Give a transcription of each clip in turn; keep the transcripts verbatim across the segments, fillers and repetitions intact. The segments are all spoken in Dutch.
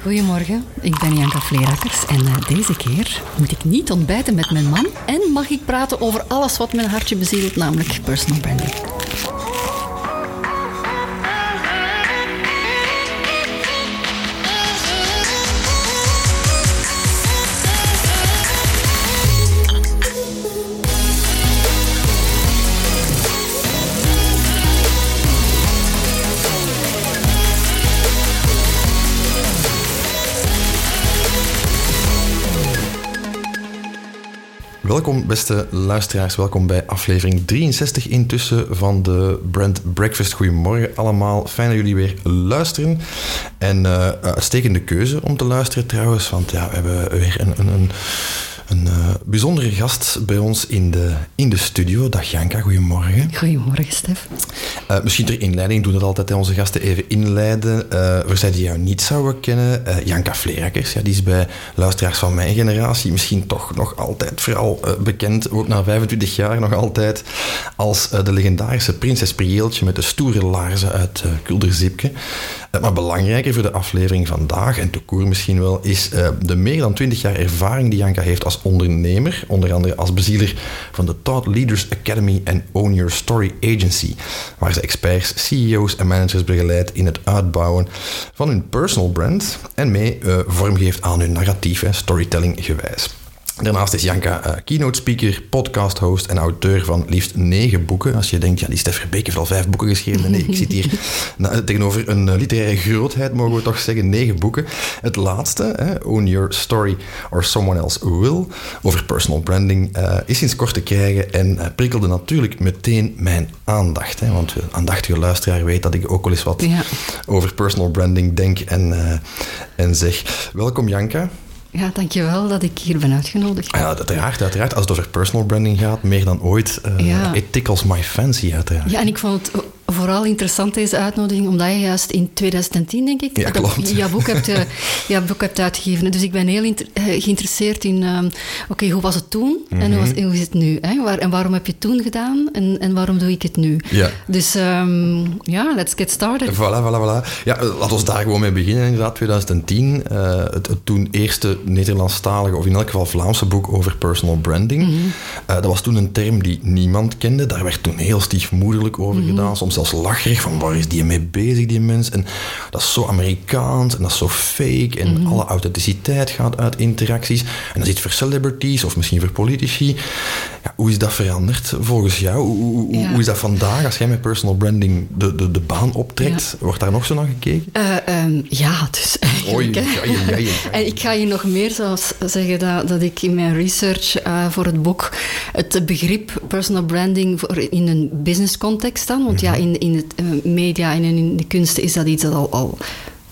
Goedemorgen, ik ben Janka Vleerakers en uh, deze keer moet ik niet ontbijten met mijn man en mag ik praten over alles wat mijn hartje bezielt, namelijk personal branding. Welkom beste luisteraars, welkom bij aflevering drieënzestig intussen van de Brand Breakfast. Goedemorgen allemaal, fijn dat jullie weer luisteren. En uh, uitstekende keuze om te luisteren trouwens, want ja, we hebben weer een, een, een, een uh, bijzondere gast bij ons in de, in de studio. Dag Janka, goedemorgen. Goedemorgen Stef. Uh, misschien ter inleiding doen we dat altijd, hè, onze gasten even inleiden. Uh, voor zij die jou niet zouden kennen, uh, Janka Vleerakers, ja, die is bij luisteraars van mijn generatie misschien toch nog altijd vooral uh, bekend, ook na vijfentwintig jaar nog altijd, als uh, de legendarische prinses Prieeltje met de stoere laarzen uit uh, Kulderzipke. Uh, maar belangrijker voor de aflevering vandaag, en te koer misschien wel, is uh, de meer dan twintig jaar ervaring die Janka heeft als ondernemer, onder andere als bezieler van de Thought Leaders Academy en Own Your Story Agency, waar ze experts, C E O's en managers begeleidt in het uitbouwen van hun personal brand en mee uh, vormgeeft aan hun narratief, hè, storytelling gewijs. Daarnaast is Janka uh, keynote speaker, podcast host en auteur van liefst negen boeken. Als je denkt, ja, die Stef Verbeek heeft al vijf boeken geschreven. Nee, ik zit hier na, tegenover een uh, literaire grootheid, mogen we toch zeggen, negen boeken. Het laatste, hè, Own Your Story or Someone Else Will, over personal branding, uh, is sinds kort te krijgen en uh, prikkelde natuurlijk meteen mijn aandacht. Hè, want de aandachtige luisteraar weet dat ik ook wel eens wat ja. over personal branding denk en, uh, en zeg. Welkom Janka. Ja, dankjewel dat ik hier ben uitgenodigd. Ja, uiteraard, uiteraard. Als het over personal branding gaat, meer dan ooit. Uh, ja. It tickles my fancy, uiteraard. Ja, en ik vond het vooral interessant, deze uitnodiging, omdat je juist in twintig tien, denk ik, ja, klopt. jouw boek hebt, uh, jouw boek hebt uitgegeven. Dus ik ben heel inter- uh, geïnteresseerd in, uh, oké, okay, hoe was het toen mm-hmm. en hoe, was, hoe is het nu? Hè? Waar, en waarom heb je het toen gedaan en, en waarom doe ik het nu? Ja. Dus um, ja, let's get started. Voilà, voilà, voilà. Ja, laten we daar gewoon mee beginnen, inderdaad, twintig tien. Uh, het, het toen eerste Nederlandstalige, of in elk geval Vlaamse boek over personal branding. Mm-hmm. Uh, dat was toen een term die niemand kende. Daar werd toen heel stiefmoederlijk over mm-hmm. gedaan, soms zelfs lacherig, van waar is die mee bezig, die mens? En dat is zo Amerikaans en dat is zo fake en mm-hmm. alle authenticiteit gaat uit interacties. En dat is iets voor celebrities of misschien voor politici. Ja, hoe is dat veranderd volgens jou? Hoe, hoe, ja. hoe is dat vandaag, als jij met personal branding de, de, de baan optrekt? Ja. Wordt daar nog zo naar gekeken? Uh, um, ja, dus eigenlijk. Oei, ja, ja, ja, ja. En ik ga je nog meer zelfs zeggen dat, dat ik in mijn research uh, voor het boek het begrip personal branding voor in een business context dan, want mm-hmm. ja, in, in het uh, media en in de kunsten is dat iets dat al... al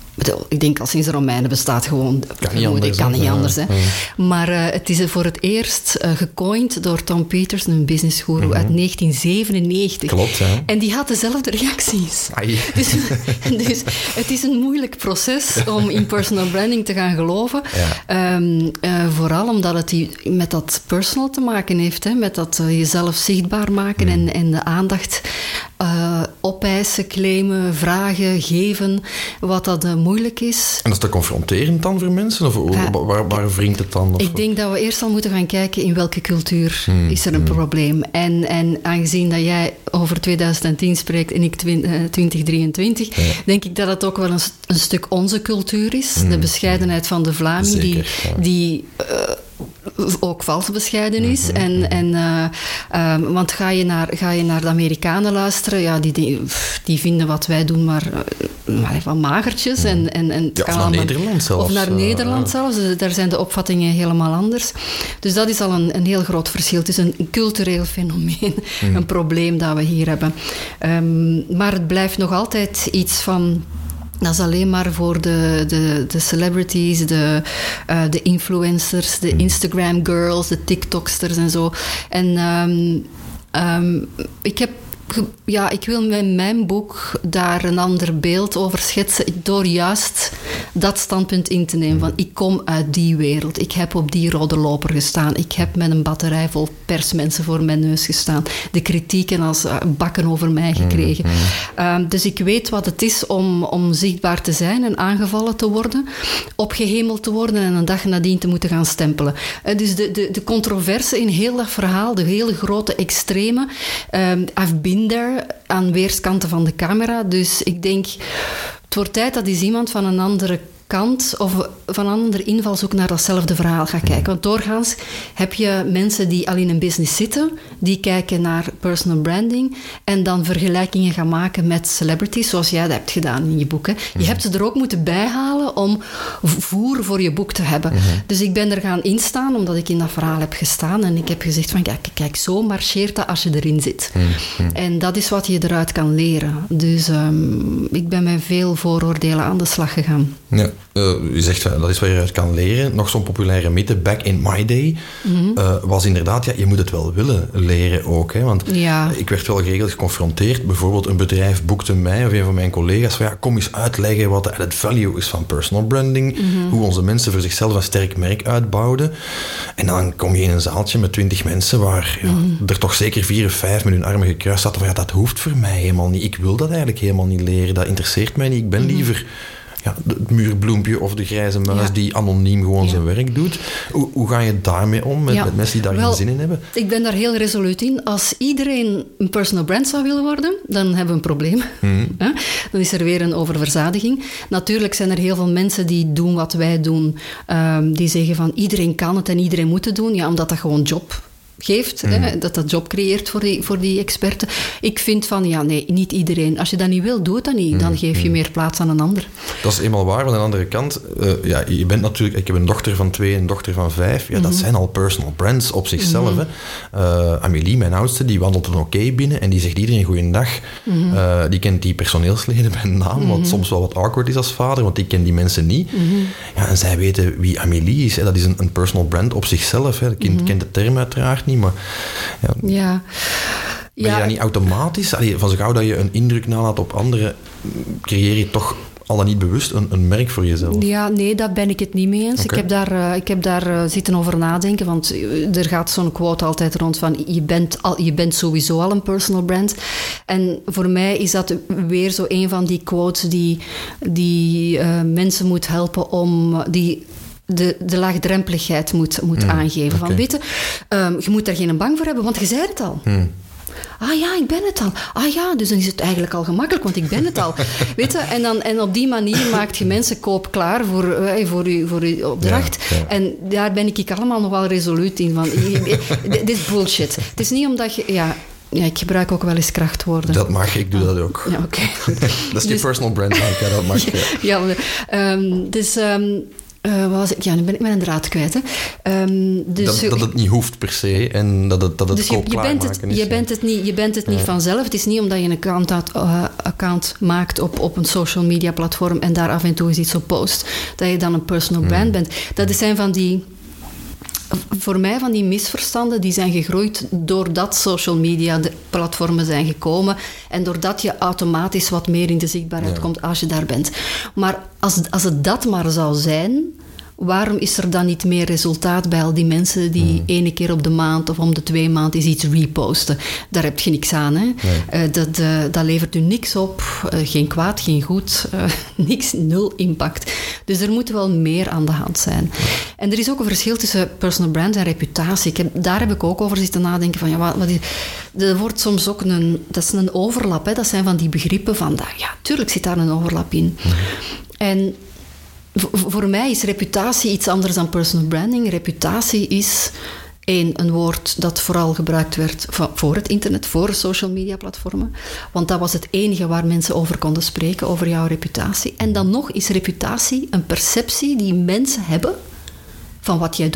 ik denk al sinds de Romeinen bestaat gewoon. Kan niet anders. Kan niet anders hè. Ja. Maar uh, het is voor het eerst uh, gecoind door Tom Peters, een businessguru mm-hmm. uit negentien zevenennegentig. Klopt, hè. En die had dezelfde reacties. Dus, dus het is een moeilijk proces om in personal branding te gaan geloven. Ja. Um, uh, vooral omdat het die met dat personal te maken heeft. Hè, met dat uh, jezelf zichtbaar maken mm. en, en de aandacht uh, opeisen, claimen, vragen, geven. Wat dat uh, moeilijk is. En dat is te confronterend dan voor mensen? Of ja, waar, waar wringt het dan? Of? Ik denk dat we eerst al moeten gaan kijken in welke cultuur hmm, is er een hmm. probleem. En, en aangezien dat jij over twintig tien spreekt en ik twintig drieëntwintig, ja. denk ik dat het ook wel een, een stuk onze cultuur is. Hmm. De bescheidenheid van de Vlaming, Zeker, die... ja. die uh, ook vals bescheiden is. Mm-hmm. En, en, uh, um, want ga je, naar, ga je naar de Amerikanen luisteren, ja, die, die, die vinden wat wij doen maar, uh, maar van magertjes. Mm. En, en, en ja, of naar Nederland zelfs. Of naar uh, Nederland uh, zelfs. Daar zijn de opvattingen helemaal anders. Dus dat is al een, een heel groot verschil. Het is een cultureel fenomeen, mm. een probleem dat we hier hebben. Um, maar het blijft nog altijd iets van... Dat is alleen maar voor de, de, de celebrities, de, uh, de influencers, de Instagram girls, de TikToksters en zo. En um, um, ik heb Ja, ik wil met mijn boek daar een ander beeld over schetsen door juist dat standpunt in te nemen. Van, ik kom uit die wereld. Ik heb op die rode loper gestaan. Ik heb met een batterij vol persmensen voor mijn neus gestaan. De kritieken als uh, bakken over mij gekregen. Mm-hmm. Uh, dus ik weet wat het is om, om zichtbaar te zijn en aangevallen te worden, opgehemeld te worden en een dag nadien te moeten gaan stempelen. Uh, dus de, de, de controverse in heel dat verhaal, de hele grote extreme, uh, I've been there, aan weerskanten van de camera. Dus ik denk, het wordt tijd dat eens iemand van een andere kant of van een andere invalshoek naar datzelfde verhaal gaat kijken. Want doorgaans heb je mensen die al in een business zitten, die kijken naar personal branding en dan vergelijkingen gaan maken met celebrities, zoals jij dat hebt gedaan in je boek. Hè. Je hebt ze er ook moeten bijhalen om voer voor je boek te hebben. Mm-hmm. Dus ik ben er gaan instaan, omdat ik in dat verhaal heb gestaan en ik heb gezegd van, kijk, kijk zo marcheert dat als je erin zit. Mm-hmm. En dat is wat je eruit kan leren. Dus um, ik ben met veel vooroordelen aan de slag gegaan. Ja. Uh, je zegt, dat is waar je uit kan leren. Nog zo'n populaire mythe, back in my day, mm-hmm. uh, was inderdaad, ja, je moet het wel willen leren ook. Hè, want ja. ik werd wel geregeld geconfronteerd. Bijvoorbeeld een bedrijf boekte mij of een van mijn collega's van, ja, kom eens uitleggen wat de added value is van personal branding, mm-hmm. hoe onze mensen voor zichzelf een sterk merk uitbouwden. En dan kom je in een zaaltje met twintig mensen waar ja, mm-hmm. er toch zeker vier of vijf met hun armen gekruist zaten van, ja, dat hoeft voor mij helemaal niet. Ik wil dat eigenlijk helemaal niet leren. Dat interesseert mij niet. Ik ben mm-hmm. liever ja, het muurbloempje of de grijze muis ja. die anoniem gewoon ja. zijn werk doet. Hoe, hoe ga je daarmee om met, ja. met mensen die daar Wel, geen zin in hebben? Ik ben daar heel resoluut in. Als iedereen een personal brand zou willen worden, dan hebben we een probleem. Mm-hmm. Dan is er weer een oververzadiging. Natuurlijk zijn er heel veel mensen die doen wat wij doen. Um, die zeggen van iedereen kan het en iedereen moet het doen. Ja, omdat dat gewoon job geeft, mm. hè, dat dat job creëert voor die, voor die experten. Ik vind van, ja, nee, niet iedereen. Als je dat niet wil, doe het dan niet. Dan geef je mm. meer plaats aan een ander. Dat is eenmaal waar. Van de andere kant, uh, ja, je bent natuurlijk... Ik heb een dochter van twee en een dochter van vijf. Ja, mm-hmm. dat zijn al personal brands op zichzelf. Mm-hmm. Hè. Uh, Amélie, mijn oudste, die wandelt een oké binnen en die zegt iedereen goeiedag. Mm-hmm. Uh, die kent die personeelsleden bij naam, mm-hmm. wat soms wel wat awkward is als vader, want die kent die mensen niet. Mm-hmm. Ja, en zij weten wie Amélie is. Hè. Dat is een, een personal brand op zichzelf. Hè. Het kind mm-hmm. kent de term uiteraard niet, maar ja. ja. Ben je ja. dat niet automatisch? Allee, van zo gauw dat je een indruk nalaat op anderen, creëer je toch al dan niet bewust een, een merk voor jezelf? Ja, nee, daar ben ik het niet mee eens. Okay. Ik heb daar, uh, ik heb daar uh, zitten over nadenken, want er gaat zo'n quote altijd rond van je bent, al, je bent sowieso al een personal brand. En voor mij is dat weer zo een van die quotes die, die uh, mensen moet helpen om... die De, de laagdrempeligheid moet, moet mm, aangeven. Okay. Van, weet je, um, je moet daar geen bang voor hebben, want je zei het al. Mm. Ah ja, ik ben het al. Ah ja, dus dan is het eigenlijk al gemakkelijk, want ik ben het al. Weet je, en, dan, en op die manier maakt je mensen koopklaar voor, uh, voor, u, voor uw opdracht. Ja, ja. En daar ben ik allemaal nog wel resoluut in. Van, dit is bullshit. Het is niet omdat je... Ja, Ja, ik gebruik ook wel eens krachtwoorden. Dat mag, ik doe dat ook. Ja, oké. Okay. Dat is die dus, personal brand, ja, dat mag. Ja, ja maar, um, dus... Um, Uh, wat was ik? Ja, nu ben ik mijn draad kwijt. Hè. Um, dus dat, dat het niet hoeft per se en dat het, dat het dus je, je bent het, is. Je bent het niet, je bent het niet ja. vanzelf. Het is niet omdat je een account, had, uh, account maakt op, op een social media platform en daar af en toe eens iets op post, dat je dan een personal brand mm. bent. Dat zijn van die... Voor mij van die misverstanden, die zijn gegroeid doordat social media de platformen zijn gekomen en doordat je automatisch wat meer in de zichtbaarheid ja. komt als je daar bent. Maar als, als het dat maar zou zijn, waarom is er dan niet meer resultaat bij al die mensen die mm. ene keer op de maand of om de twee maanden iets reposten? Daar heb je niks aan. Hè? Nee. Uh, dat, uh, dat levert u niks op. Uh, geen kwaad, geen goed. Uh, niks, nul impact. Dus er moet wel meer aan de hand zijn. Ja. En er is ook een verschil tussen personal brand en reputatie. Ik heb, daar heb ik ook over zitten nadenken. Van, ja, wat, wat is, er wordt soms ook een... Dat is een overlap. Hè? Dat zijn van die begrippen van... Dat, ja, tuurlijk zit daar een overlap in. Mm. En... Voor mij is reputatie iets anders dan personal branding. Reputatie is één, een woord dat vooral gebruikt werd voor het internet, voor social media platformen. Want dat was het enige waar mensen over konden spreken, over jouw reputatie. En dan nog is reputatie een perceptie die mensen hebben van wat jij doet.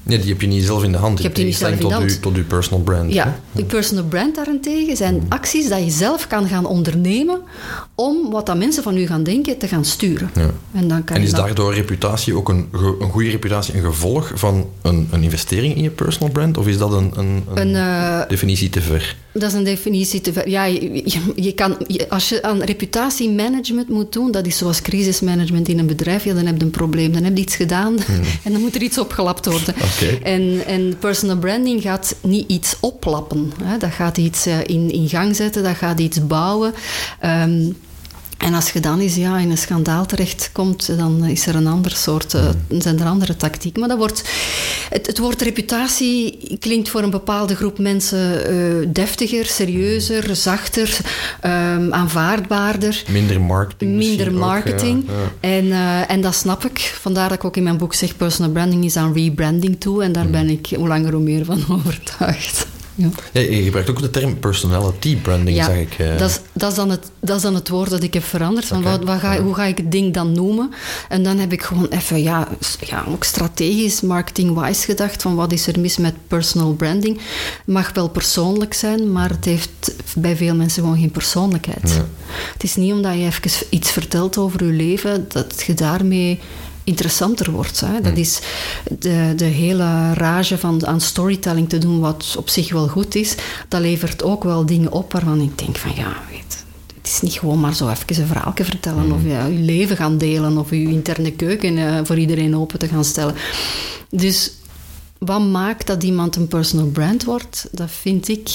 Ja, die heb je niet zelf in de hand. Je hebt die niet zelf in de hand. Tot, tot je personal brand. Ja, hè? die personal brand daarentegen zijn mm. acties dat je zelf kan gaan ondernemen om wat dat mensen van u gaan denken te gaan sturen. Ja. En, dan kan en is je dat... daardoor reputatie ook een, een goede reputatie een gevolg van een, een investering in je personal brand? Of is dat een, een, een, een uh, definitie te ver? Dat is een definitie te ver. Ja, je, je, je kan, je, als je aan reputatiemanagement moet doen, dat is zoals crisismanagement in een bedrijf, ja, dan heb je een probleem. Dan heb je iets gedaan hmm. en dan moet er iets opgelapt worden. Okay. En, en personal branding gaat niet iets oplappen. Hè. Dat gaat iets uh, in, in gang zetten, dat gaat iets bouwen. Um, En als je dan eens ja, in een schandaal terechtkomt, dan is er een ander soort, uh, zijn er andere tactieken. Maar dat wordt, het, het woord reputatie klinkt voor een bepaalde groep mensen uh, deftiger, serieuzer, zachter, um, aanvaardbaarder. Minder marketing. Minder marketing. Ook, ja, ja. En, uh, en dat snap ik. Vandaar dat ik ook in mijn boek zeg, personal branding is aan rebranding toe. En daar hmm. ben ik hoe langer hoe meer van overtuigd. Ja. Ja, je gebruikt ook de term personality branding, ja, zeg ik. Uh... Dat is, dat, is dan het, dat is dan het woord dat ik heb veranderd. Van okay. wat, wat ga, hoe ga ik het ding dan noemen? En dan heb ik gewoon even, ja, ja ook strategisch, marketing-wise gedacht, van wat is er mis met personal branding? Het mag wel persoonlijk zijn, maar het heeft bij veel mensen gewoon geen persoonlijkheid. Ja. Het is niet omdat je even iets vertelt over je leven, dat je daarmee interessanter wordt. Hè. Dat is de, de hele rage van aan storytelling te doen, wat op zich wel goed is. Dat levert ook wel dingen op waarvan ik denk van ja, weet, het is niet gewoon maar zo even een verhaaltje vertellen mm. of ja, je leven gaan delen of je interne keuken uh, voor iedereen open te gaan stellen. Dus wat maakt dat iemand een personal brand wordt? Dat vind ik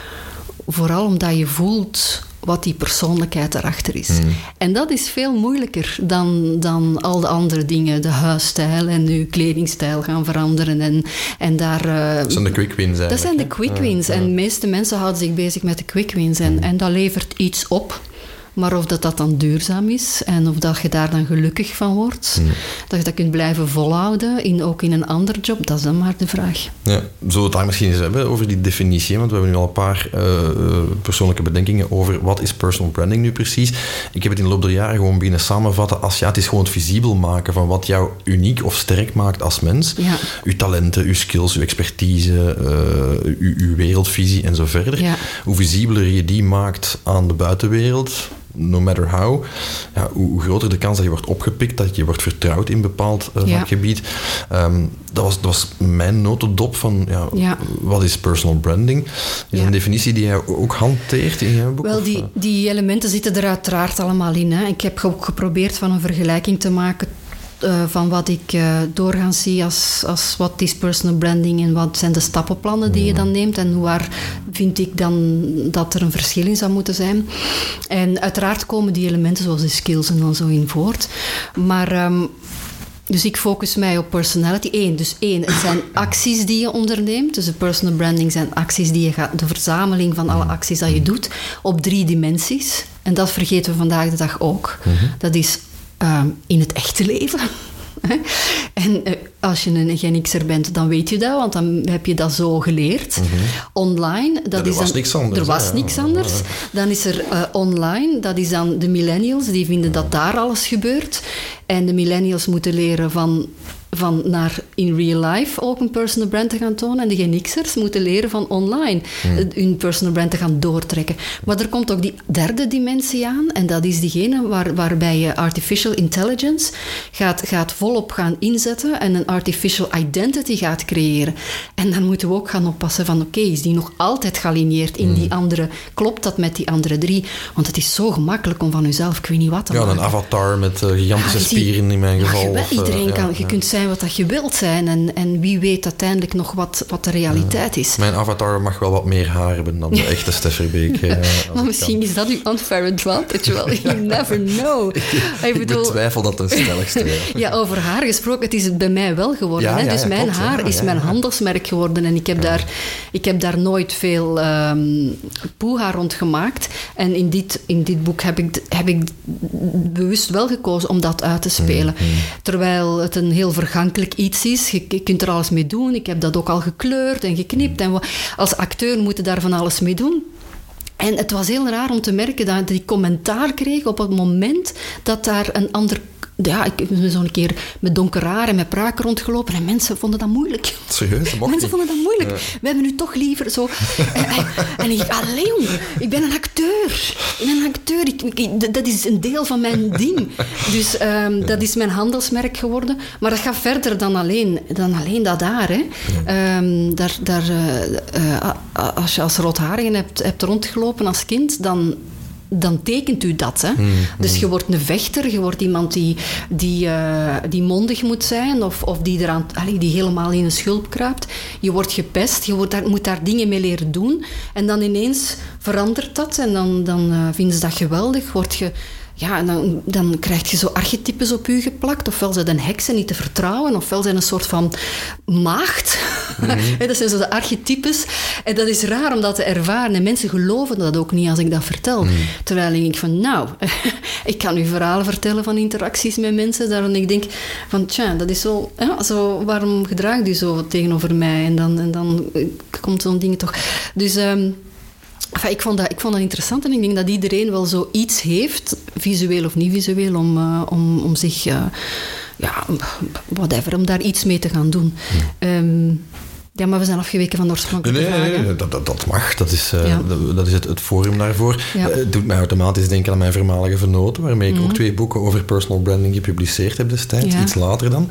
vooral omdat je voelt wat die persoonlijkheid erachter is. Mm. En dat is veel moeilijker dan, dan al de andere dingen, de huisstijl en je kledingstijl gaan veranderen. En, en daar, uh, dat zijn de quick wins eigenlijk. Dat zijn de quick wins. Ja, ja. En de meeste mensen houden zich bezig met de quick wins. En, mm. en dat levert iets op. Maar of dat, dat dan duurzaam is en of dat je daar dan gelukkig van wordt, mm. dat je dat kunt blijven volhouden, in, ook in een ander job, dat is dan maar de vraag. Ja, zullen we het daar misschien eens hebben over die definitie? Want we hebben nu al een paar uh, persoonlijke bedenkingen over wat is personal branding nu precies. Ik heb het in de loop der jaren gewoon beginnen samenvatten als ja, het is gewoon het visibel maken van wat jou uniek of sterk maakt als mens. Ja. Uw talenten, uw skills, uw expertise, uh, uw, uw wereldvisie en zo verder. Ja. Hoe visibeler je die maakt aan de buitenwereld, no matter how, ja, hoe groter de kans dat je wordt opgepikt, dat je wordt vertrouwd in een bepaald uh, ja. vakgebied. Um, dat, was, dat was mijn notendop van ja, ja. wat is personal branding? Is ja. een definitie die jij ook hanteert in jouw boek? Wel, die, of, die elementen zitten er uiteraard allemaal in. Hè. Ik heb ook geprobeerd van een vergelijking te maken Uh, van wat ik uh, doorgaans zie als, als wat is personal branding en wat zijn de stappenplannen die je dan neemt en waar vind ik dan dat er een verschil in zou moeten zijn. En uiteraard komen die elementen zoals de skills en dan zo in voort. Maar um, dus ik focus mij op personality. Eén, dus één, het zijn acties die je onderneemt. Dus de personal branding zijn acties die je gaat, de verzameling van alle acties dat je doet, op drie dimensies. En dat vergeten we vandaag de dag ook. Mm-hmm. Dat is Um, in het echte leven. En uh, als je een Gen X'er bent, dan weet je dat, want dan heb je dat zo geleerd. Mm-hmm. Online, dat ja, er is was dan, niks anders. Er was ja. niks anders. Dan is er uh, online, dat is dan de millennials, die vinden dat daar alles gebeurt. En de millennials moeten leren van, van naar in real life ook een personal brand te gaan tonen. En de Gen X'ers moeten leren van online mm. hun personal brand te gaan doortrekken. Maar er komt ook die derde dimensie aan. En dat is diegene waar, waarbij je artificial intelligence gaat, gaat volop gaan inzetten en een artificial identity gaat creëren. En dan moeten we ook gaan oppassen van oké, okay, is die nog altijd gealineerd in mm. die andere? Klopt dat met die andere drie? Want het is zo gemakkelijk om van jezelf, ik weet niet wat te ja, maken. Ja, een avatar met uh, gigantische ja, spieren in mijn geval. Ja, of, iedereen uh, kan, ja, je kunt zijn wat dat je wilt zijn en, en wie weet uiteindelijk nog wat, wat de realiteit is. Mijn avatar mag wel wat meer haar hebben dan de echte Stef Verbeek. Ja, maar misschien is dat uw unfair advantage wel. You never know. Ik bedoel, betwijfel dat ten stelligste. Ja. Ja, over haar gesproken, het is het bij mij wel geworden. Ja, hè? Ja, Dus ja, mijn klopt, haar ja, is ja, mijn ja. handelsmerk geworden en ik heb, ja. daar, ik heb daar nooit veel um, poeha rond gemaakt. En in dit, in dit boek heb ik, heb ik bewust wel gekozen om dat uit te spelen. Mm-hmm. Terwijl het een heel vergankelijk iets is. Je, je kunt er alles mee doen. Ik heb dat ook al gekleurd en geknipt. En als acteur moet je daar van alles mee doen. En het was heel raar om te merken dat ik commentaar kreeg op het moment dat daar een ander Ja, ik ben zo'n keer met donker haar en met pruiken rondgelopen en mensen vonden dat moeilijk. Serieus? Dat mocht mensen niet. vonden dat moeilijk. Ja. We hebben nu toch liever zo... en, en, en ik allee, jong, ik ben een acteur. Ik ben een acteur. Ik, ik, dat is een deel van mijn ding. Dus um, dat is mijn handelsmerk geworden. Maar dat gaat verder dan alleen, dan alleen dat haar. Hè. Ja. Um, daar, daar, uh, uh, als je als roodharige hebt, hebt rondgelopen als kind, dan... dan tekent u dat. Hè? Mm, mm. Dus je wordt een vechter, je wordt iemand die, die, uh, die mondig moet zijn of, of die, eraan, allee, die helemaal in een schulp kruipt. Je wordt gepest, je wordt daar, moet daar dingen mee leren doen. En dan ineens verandert dat en dan, dan uh, vinden ze dat geweldig. Word je... Ja, en dan, dan krijg je zo archetypes op u geplakt. Ofwel zijn een heks en niet te vertrouwen, ofwel zijn een soort van maagd. Mm-hmm. Dat zijn zo de archetypes. En dat is raar om dat te ervaren. En mensen geloven dat ook niet als ik dat vertel. Mm. Terwijl ik denk van, nou, ik kan u verhalen vertellen van interacties met mensen. Daarom ik denk van, tja, dat is zo, ja, zo waarom gedraagt u zo tegenover mij? En dan, en dan komt zo'n ding toch. Dus... Um, Enfin, ik, vond dat, ik vond dat interessant en ik denk dat iedereen wel zoiets heeft, visueel of niet visueel, om, uh, om, om zich, uh, ja, whatever, om daar iets mee te gaan doen. Hmm. Um, ja, maar we zijn afgeweken van de oorspronkelijke nee, vraag. Nee, nee, dat, dat, dat mag. Dat is, uh, ja. dat, dat is het, het forum daarvoor. Ja. Uh, het doet mij automatisch denken aan mijn voormalige vernoten, waarmee ik mm. ook twee boeken over personal branding gepubliceerd heb destijds, ja. iets later dan.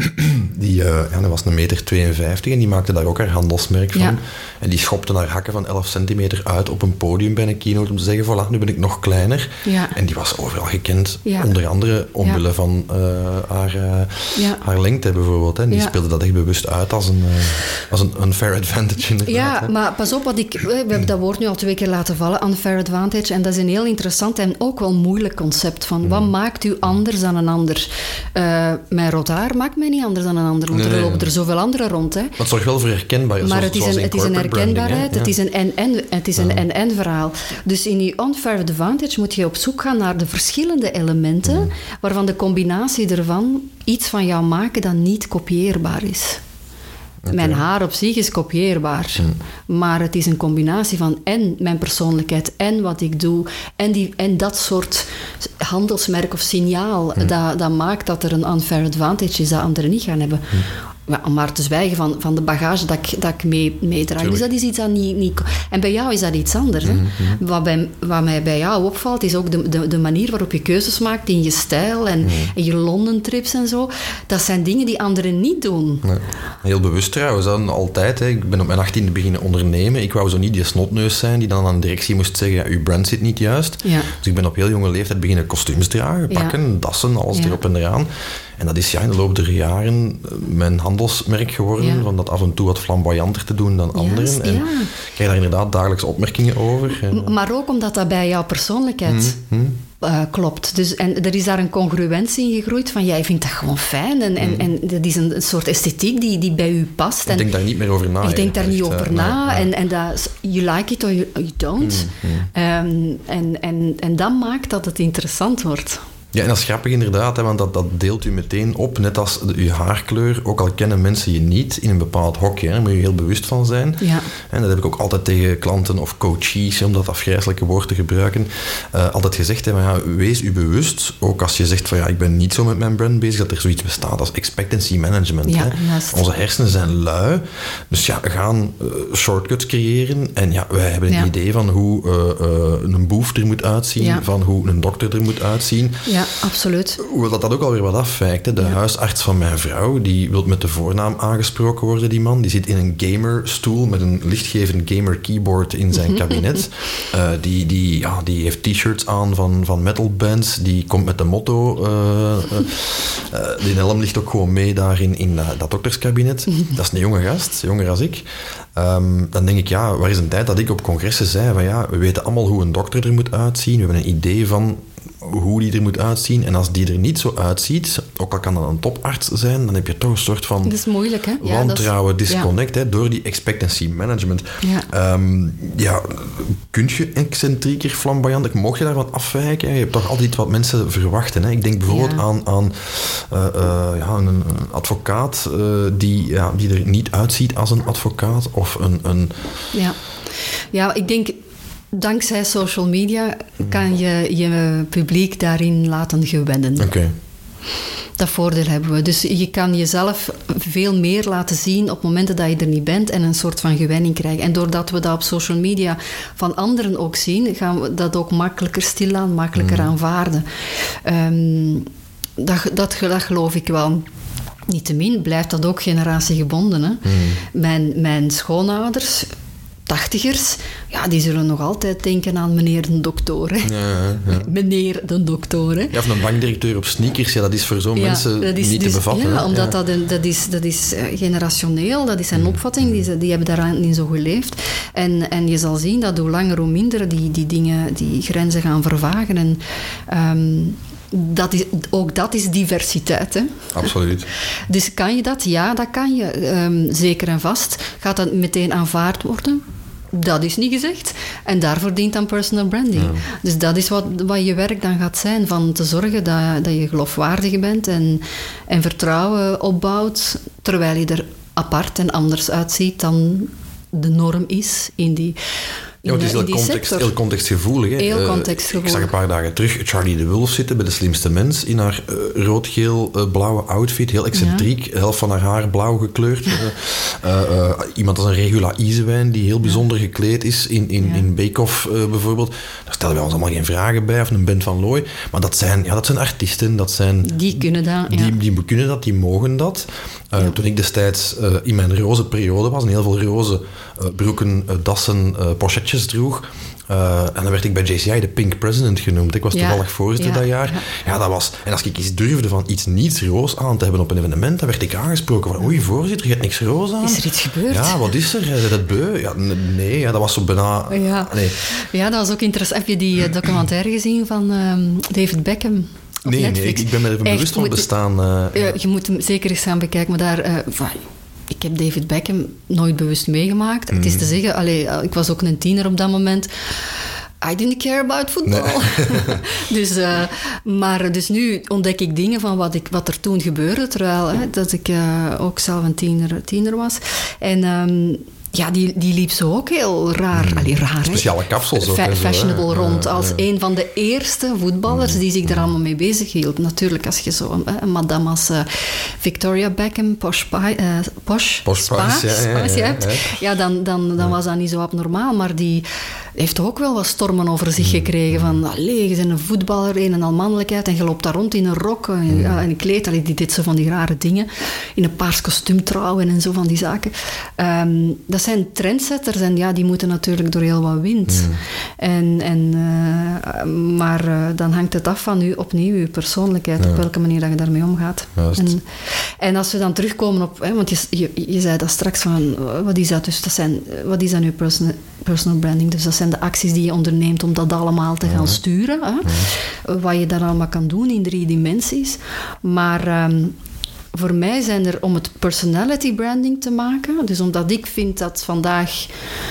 Die, uh, ja, dat was een meter tweeënvijftig en die maakte daar ook haar handelsmerk van. Ja. En die schopte haar hakken van elf centimeter uit op een podium bij een keynote om te zeggen, voilà, nu ben ik nog kleiner. Ja. En die was overal gekend, ja. onder andere omwille ja. van uh, haar, uh, ja. haar lengte bijvoorbeeld. Hè. En die ja. speelde dat echt bewust uit als een... Uh, als een unfair advantage inderdaad. Ja, hè? maar pas op, wat ik, we hebben dat woord nu al twee keer laten vallen, unfair advantage, en dat is een heel interessant en ook wel moeilijk concept van, mm. wat maakt u anders dan een ander? Uh, mijn rood haar maakt mij niet anders dan een ander, want nee, er lopen er zoveel anderen rond. Hè. Maar het zorgt wel voor herkenbaarheid. Maar zoals, het is een, het is een herkenbaarheid, het is een en-en, het is een en-en verhaal. Dus in die unfair advantage moet je op zoek gaan naar de verschillende elementen, mm. waarvan de combinatie ervan iets van jou maken dat niet kopieerbaar is. Okay. Mijn haar op zich is kopieerbaar. Hmm. Maar het is een combinatie van en mijn persoonlijkheid en wat ik doe en, die, en dat soort handelsmerk of signaal hmm. dat, dat maakt dat er een unfair advantage is dat anderen niet gaan hebben. Hmm. Ja, om maar te zwijgen van, van de bagage dat ik, dat ik mee, meedraag. Dus dat is iets dat niet, niet... En bij jou is dat iets anders. Hè? Mm-hmm. Wat, bij, wat mij bij jou opvalt, is ook de, de, de manier waarop je keuzes maakt in je stijl en, mm. en je London trips en zo. Dat zijn dingen die anderen niet doen. Nee. Heel bewust trouwens, dan altijd. Hè. Ik ben op mijn achttiende beginnen ondernemen. Ik wou zo niet die snotneus zijn die dan aan de directie moest zeggen, ja, uw brand zit niet juist. Ja. Dus ik ben op heel jonge leeftijd beginnen kostuums dragen, pakken, ja. dassen, alles ja. erop en eraan. En dat is ja, in de loop der jaren mijn handelsmerk geworden, ja. van dat af en toe wat flamboyanter te doen dan anderen. Yes, en ja. ik krijg daar inderdaad dagelijks opmerkingen over. En... Maar ook omdat dat bij jouw persoonlijkheid mm-hmm. uh, klopt. Dus, en er is daar een congruentie in gegroeid van, jij vindt dat gewoon fijn. En, en, mm. en dat is een, een soort esthetiek die, die bij u past. Ik denk daar niet meer over na. Ik denk daar echt, niet over uh, na. Nee, en, en dat, you like it or you, you don't. Mm, mm. Um, en, en, en dat maakt dat het interessant wordt. Ja, en dat is grappig inderdaad, hè, want dat, dat deelt u meteen op, net als de, uw haarkleur, ook al kennen mensen je niet in een bepaald hokje, hè, daar moet je heel bewust van zijn. Ja. En dat heb ik ook altijd tegen klanten of coaches, om dat afgrijzelijke woord te gebruiken, uh, altijd gezegd, hè, maar ja, wees u bewust, ook als je zegt van ja, ik ben niet zo met mijn brand bezig, dat er zoiets bestaat als expectancy management. Ja, hè. Onze hersenen zijn lui, dus ja, we gaan uh, shortcuts creëren en ja, wij hebben een ja. idee van hoe uh, uh, een boef er moet uitzien, ja. van hoe een dokter er moet uitzien. Ja. Ja, absoluut. Hoewel dat, dat ook alweer wat afwijkt. Hè. De ja. huisarts van mijn vrouw, die wil met de voornaam aangesproken worden, die man. Die zit in een gamerstoel met een lichtgevend gamer keyboard in zijn kabinet. Uh, die, die, ja, die heeft t-shirts aan van, van metalbands. Die komt met de motto. Uh, uh, uh, die helm ligt ook gewoon mee daar in, in uh, dat dokterskabinet. Dat is een jonge gast, jonger als ik. Um, dan denk ik, ja, waar is een tijd dat ik op congressen zei van ja, we weten allemaal hoe een dokter er moet uitzien. We hebben een idee van hoe die er moet uitzien. En als die er niet zo uitziet, ook al kan dat een toparts zijn, dan heb je toch een soort van dat is moeilijk, hè? Ja, wantrouwen, dat is, disconnect, ja. hè, door die expectancy management. Ja. Um, ja, kun je excentrieker, flamboyant, mocht je daarvan afwijken? Je hebt toch altijd wat mensen verwachten. Hè? Ik denk bijvoorbeeld ja. aan, aan uh, uh, ja, een, een advocaat uh, die, ja, die er niet uitziet als een advocaat, of een... een ja. ja, ik denk... Dankzij social media kan je je publiek daarin laten gewennen. Oké. Okay. Dat voordeel hebben we. Dus je kan jezelf veel meer laten zien op momenten dat je er niet bent en een soort van gewenning krijgen. En doordat we dat op social media van anderen ook zien, gaan we dat ook makkelijker stilaan, makkelijker mm. aanvaarden. Um, dat, dat, dat geloof ik wel. Niettemin blijft dat ook generatiegebonden. Hè? Mm. Mijn, mijn schoonouders, tachtigers, ja, die zullen nog altijd denken aan meneer de dokter. Hè? Ja, ja. Meneer de dokter. Hè? Ja, of een bankdirecteur op sneakers, ja, dat is voor zo'n ja, mensen is, niet dus, te bevatten. Ja, hè? omdat ja. dat, een, dat, is, dat is generationeel, dat is zijn mm. opvatting, die, die hebben daaraan niet zo geleefd. En, en je zal zien dat hoe langer, hoe minder die, die dingen, die grenzen gaan vervagen. En um, dat is, ook dat is diversiteit. Hè? Absoluut. Dus kan je dat? Ja, dat kan je. Um, zeker en vast. Gaat dat meteen aanvaard worden? Dat is niet gezegd. En daarvoor dient dan personal branding. Ja. Dus dat is wat, wat je werk dan gaat zijn. Van te zorgen dat, dat je geloofwaardig bent en, en vertrouwen opbouwt, terwijl je er apart en anders uitziet dan de norm is in die... Ja, het is heel, context, heel contextgevoelig. Hè. Heel contextgevoelig. Uh, ik zag een paar dagen terug Charlie de Wulf zitten bij De Slimste Mens in haar uh, rood-geel-blauwe uh, outfit. Heel excentriek. Ja. De helft van haar haar blauw gekleurd. uh, uh, iemand als een Regula Isewijn die heel bijzonder ja. gekleed is in, in, ja. in Bake Off uh, bijvoorbeeld. Daar stellen wij ons allemaal geen vragen bij. Of een Ben van Looy. Maar dat zijn, ja, dat zijn artiesten. Dat zijn, die kunnen dat. Ja. Die, die kunnen dat, die mogen dat. Uh, ja. Toen ik destijds uh, in mijn roze periode was, en heel veel roze uh, broeken, uh, dassen, uh, pochetjes droeg. Uh, en dan werd ik bij J C I de Pink President genoemd. Ik was ja. toevallig voorzitter ja. dat jaar. Ja. ja, dat was... En als ik eens durfde van iets niets roos aan te hebben op een evenement, dan werd ik aangesproken van, oei, voorzitter, je hebt niks roos aan. Is er iets gebeurd? Ja, wat is er? Is dat beu? Ja, nee, ja, dat was zo bijna... Ja, nee. ja, dat was ook interessant. Heb je die uh, documentaire gezien van um, David Beckham? Nee, nee, ik, ik ben me even Echt, bewust van het bestaan. Uh, uh, je moet hem zeker eens gaan bekijken, maar daar... Uh, ik heb David Beckham nooit bewust meegemaakt. Mm. Het is te zeggen, allee, ik was ook een tiener op dat moment. I didn't care about football. Nee. dus, uh, maar dus nu ontdek ik dingen van wat, ik, wat er toen gebeurde, terwijl hè, dat ik uh, ook zelf een tiener, tiener was. En... Um, Ja, die, die liep zo ook heel raar. Mm. Allee, raar, speciale kapsels ook. Fa- fashionable zo, rond. Ja, als ja. een van de eerste voetballers mm. die zich daar allemaal mee bezig hield. Natuurlijk, als je zo een, een madame als uh, Victoria Beckham, Posh, Pie, uh, Posh, Posh Spice, Spice, ja, ja, ja, ja, hebt, ja. ja, dan, dan, dan ja. was dat niet zo abnormaal. Maar die heeft toch ook wel wat stormen over zich gekregen. Van, allee, je bent een voetballer, een en al mannelijkheid, en je loopt daar rond in een rok en mm. uh, een kleed. Allee, die deed zo van die rare dingen. In een paars kostuum trouwen en zo van die zaken. Um, dat zijn trendsetters en ja, die moeten natuurlijk door heel wat wind. Mm. En, en, uh, maar uh, dan hangt het af van u, opnieuw uw persoonlijkheid, ja. op welke manier dat je daarmee omgaat. En, en als we dan terugkomen op... Hè, want je, je, je zei dat straks van... Wat is dat dus? Dat zijn, wat is dan uw personal, personal branding? Dus dat zijn de acties die je onderneemt om dat allemaal te gaan ja. sturen. Hè? Ja. Wat je dan allemaal kan doen in drie dimensies. Maar... Um, Voor mij zijn er, om het personality branding te maken, dus omdat ik vind dat vandaag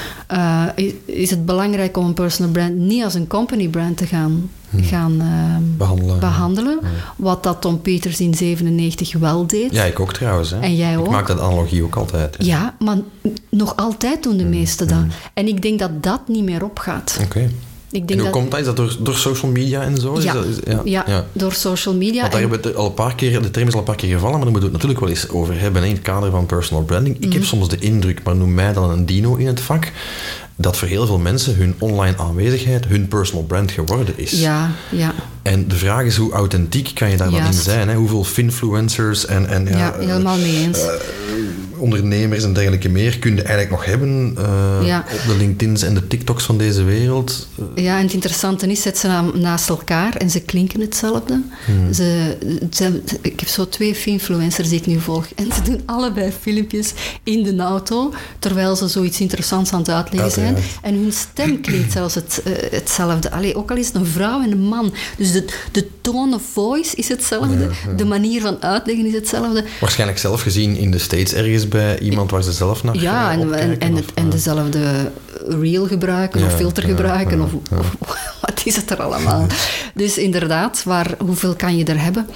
uh, is het belangrijk om een personal brand niet als een company brand te gaan, hmm. gaan uh, behandelen. behandelen ja. Wat dat Tom Peters in zevenennegentig wel deed. Ja, ik ook trouwens. Hè. En jij ook. Ik maak dat analogie ook altijd. Hè. Ja, maar nog altijd doen de hmm. meesten dat. Hmm. En ik denk dat dat niet meer opgaat. Oké. Okay. Ik denk en hoe dat... komt dat? Is dat door, door social media en zo? Ja, is dat, is, ja, ja, ja, door social media. Want daar en... hebben we al een paar keer, de term is al een paar keer gevallen, maar daar moeten we het natuurlijk wel eens over hebben in het kader van personal branding. Ik mm. heb soms de indruk, maar noem mij dan een dino in het vak, dat voor heel veel mensen hun online aanwezigheid hun personal brand geworden is. Ja, ja. En de vraag is, hoe authentiek kan je daar dan in zijn? Hè? Hoeveel finfluencers en... en ja, ja, helemaal mee eens. Uh, ondernemers en dergelijke meer kun je eigenlijk nog hebben uh, ja. op de LinkedIn's en de TikToks van deze wereld. Ja, en het interessante is, zet ze naast elkaar en ze klinken hetzelfde. Hmm. Ze, ze, ik heb zo twee influencers die ik nu volg en ze doen allebei filmpjes in de auto, terwijl ze zoiets interessants aan het uitleggen zijn. Ja, en hun stem klinkt zelfs het, uh, hetzelfde. Allee, ook al is het een vrouw en een man. Dus de, de tone of voice is hetzelfde. Ja, ja. De manier van uitleggen is hetzelfde. Waarschijnlijk zelf gezien in de States ergens bij iemand waar ze zelf naar ja, en, en, en, of, en uh, dezelfde reel gebruiken ja, of filter ja, gebruiken ja, of, ja. of wat is het er allemaal. Dus inderdaad, waar, hoeveel kan je er hebben?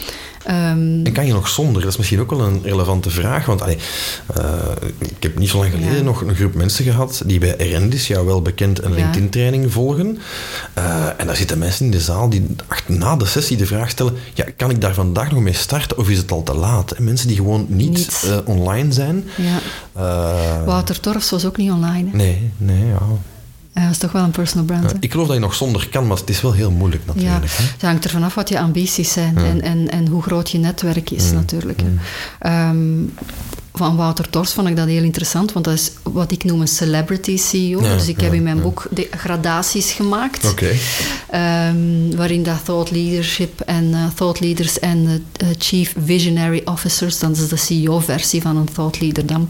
Um, en kan je nog zonder? Dat is misschien ook wel een relevante vraag. Want allee, uh, ik heb niet zo lang geleden ja. nog een groep mensen gehad die bij Erendis, jou wel bekend, een ja. LinkedIn-training volgen. Uh, en daar zitten mensen in de zaal die na de sessie de vraag stellen, ja, kan ik daar vandaag nog mee starten of is het al te laat? En mensen die gewoon niet, niet. Uh, online zijn. Ja. Uh, Wouter Torfs was ook niet online. Hè? Nee, nee, ja. Ja, dat is toch wel een personal brand. Ja, ik geloof dat je nog zonder kan, maar het is wel heel moeilijk natuurlijk. Ja, hè? het hangt er vanaf wat je ambities zijn ja. en, en, en hoe groot je netwerk is mm. natuurlijk. Mm. Um, van Wouter Torfs vond ik dat heel interessant, want dat is wat ik noem een celebrity C E O. Ja, dus ik ja, heb in mijn ja. boek de gradaties gemaakt, okay. um, waarin dat thought leadership en uh, thought leaders en uh, chief visionary officers, dat is de C E O-versie van een thought leader dan,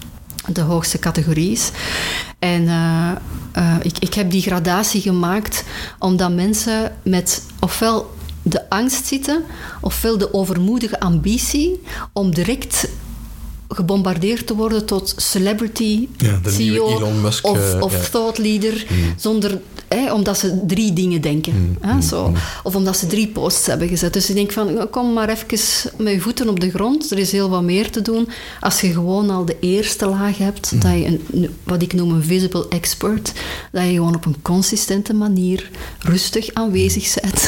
de hoogste categorie is. En uh, uh, ik, ik heb die gradatie gemaakt omdat mensen met ofwel de angst zitten, ofwel de overmoedige ambitie om direct gebombardeerd te worden tot celebrity, ja, de C E O Elon Musk, of, of ja. thought leader, mm. zonder, hè, omdat ze drie dingen denken. Mm. Hè, zo. Mm. Of omdat ze drie posts hebben gezet. Dus ik denk van, kom maar even met je voeten op de grond. Er is heel wat meer te doen. Als je gewoon al de eerste laag hebt, mm. dat je een, wat ik noem een visible expert, dat je gewoon op een consistente manier rustig aanwezig bent.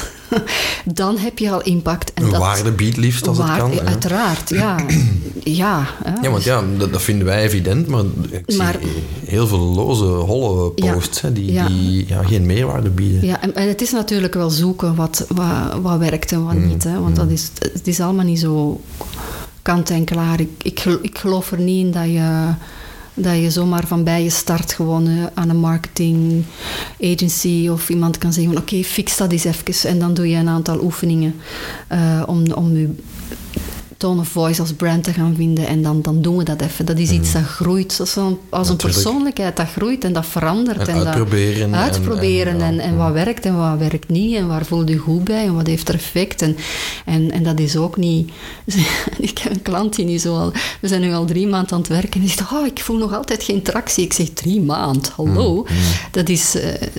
Dan heb je al impact. En een dat, waarde biedt liefst als waar, het kan. Uiteraard, ja. ja, hè. Ja, want ja, dat, dat vinden wij evident, maar ik maar, zie heel veel loze, holle posts ja, hè, die, ja. die ja, geen meerwaarde bieden. Ja, en, en het is natuurlijk wel zoeken wat, wat, wat werkt en wat mm, niet. Hè, want mm. dat is, het is allemaal niet zo kant en klaar. Ik, ik, ik geloof er niet in dat je... dat je zomaar van bij je start gewoon uh, aan een marketing agency of iemand kan zeggen van oké, okay, fix dat eens even. En dan doe je een aantal oefeningen uh, om, om je tone of voice als brand te gaan vinden en dan, dan doen we dat even. Dat is iets dat groeit. Dat is een, als een persoonlijkheid dat groeit en dat verandert. En, en uitproberen. Dat, uitproberen en, en, en, en wat werkt en wat werkt niet en waar voel je goed bij en wat heeft er effect. En, en, en dat is ook niet... Ik heb een klant die nu zo al... We zijn nu al drie maanden aan het werken en die zegt, oh, ik voel nog altijd geen tractie. Ik zeg, drie maanden, hallo. Mm, mm. Dat is... Uh,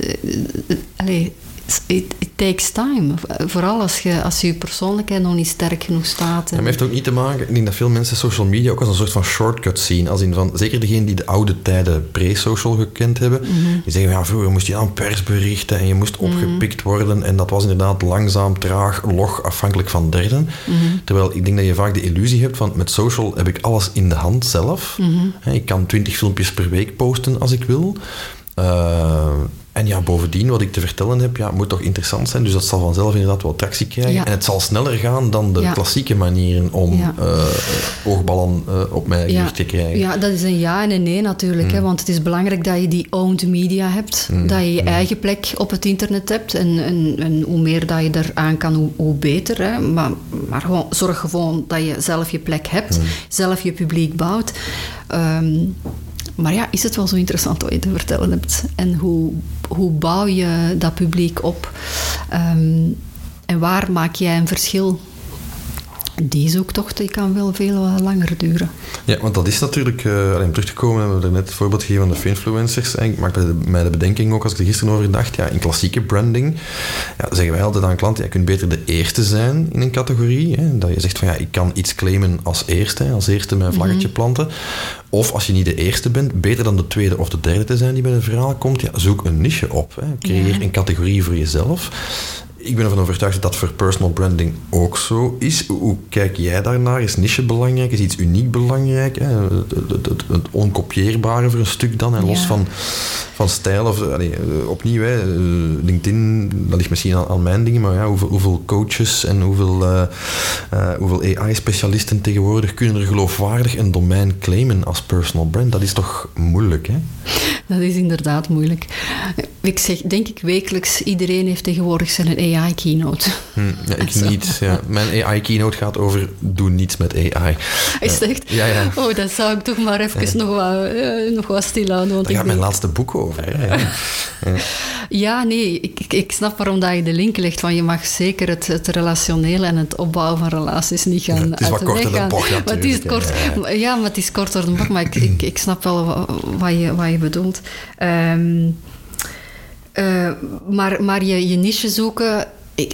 uh, allez, It, it takes time. Vooral als je, als je persoonlijkheid nog niet sterk genoeg staat. En... Ja, maar heeft ook niet te maken... Ik denk dat veel mensen social media ook als een soort van shortcut zien. Als in van, zeker degenen die de oude tijden pre-social gekend hebben. Mm-hmm. Die zeggen, ja, vroeger moest je aan persberichten en je moest mm-hmm. opgepikt worden. En dat was inderdaad langzaam, traag, log, afhankelijk van derden. Mm-hmm. Terwijl ik denk dat je vaak de illusie hebt van, met social heb ik alles in de hand zelf. Mm-hmm. Ik kan twintig filmpjes per week posten als ik wil. Uh, En ja, bovendien, wat ik te vertellen heb, ja, moet toch interessant zijn. Dus dat zal vanzelf inderdaad wel tractie krijgen. Ja. En het zal sneller gaan dan de ja. klassieke manieren om ja. uh, oogballen uh, op mij ja. te krijgen. Ja, dat is een ja en een nee natuurlijk. Mm. Hè, want het is belangrijk dat je die owned media hebt. Mm. Dat je je mm. eigen plek op het internet hebt. En, en, en hoe meer dat je eraan kan, hoe, hoe beter. Hè. Maar, maar gewoon, zorg gewoon dat je zelf je plek hebt. Mm. Zelf je publiek bouwt. Um, Maar ja, is het wel zo interessant wat je te vertellen hebt? En hoe, hoe bouw je dat publiek op? Um, en waar maak jij een verschil? Die zoektocht die kan wel veel langer duren. Ja, want dat is natuurlijk... Uh, alleen om terug te komen, hebben we er net het voorbeeld gegeven van de finfluencers. Ik maak mij de bedenking ook, als ik er gisteren over dacht, ja, in klassieke branding ja, zeggen wij altijd aan klanten, je kunt beter de eerste zijn in een categorie. Hè, dat je zegt van, ja, ik kan iets claimen als eerste, hè, als eerste mijn vlaggetje mm-hmm. planten. Of als je niet de eerste bent, beter dan de tweede of de derde te zijn die bij een verhaal komt, ja, zoek een niche op. Hè. Creëer ja. een categorie voor jezelf. Ik ben ervan overtuigd dat dat voor personal branding ook zo is. Hoe kijk jij daarnaar? Is niche belangrijk? Is iets uniek belangrijk? Hè? Het, het, het, het onkopieerbare voor een stuk dan, en los ja. van, van stijl. Of, allee, opnieuw, hè, LinkedIn, dat ligt misschien aan, aan mijn dingen, maar ja, hoeveel, hoeveel coaches en hoeveel, uh, uh, hoeveel A I-specialisten tegenwoordig kunnen er geloofwaardig een domein claimen als personal brand? Dat is toch moeilijk, hè? Dat is inderdaad moeilijk. Ik zeg, denk ik wekelijks, iedereen heeft tegenwoordig zijn A I-keynote. Hm, ja, ik niet. Ja. Mijn A I-keynote gaat over, doe niets met A I. Is het echt? Ja, ja. Oh, dat zou ik toch maar even ja. nog, wat, uh, nog wat stilhouden. Daar gaat denk... mijn laatste boek over. Hè? Ja. Ja. ja, nee, ik, ik, ik snap waarom dat je de link legt, van je mag zeker het, het relationele en het opbouwen van relaties niet gaan ja, het is wat korter dan bocht, maar het is kort, ja, ja. ja, maar het is korter dan bocht, maar ik, ik, ik snap wel wat, wat, je, wat je bedoelt. Um, uh, maar, maar je, je niche zoeken... Ik, ah, ik,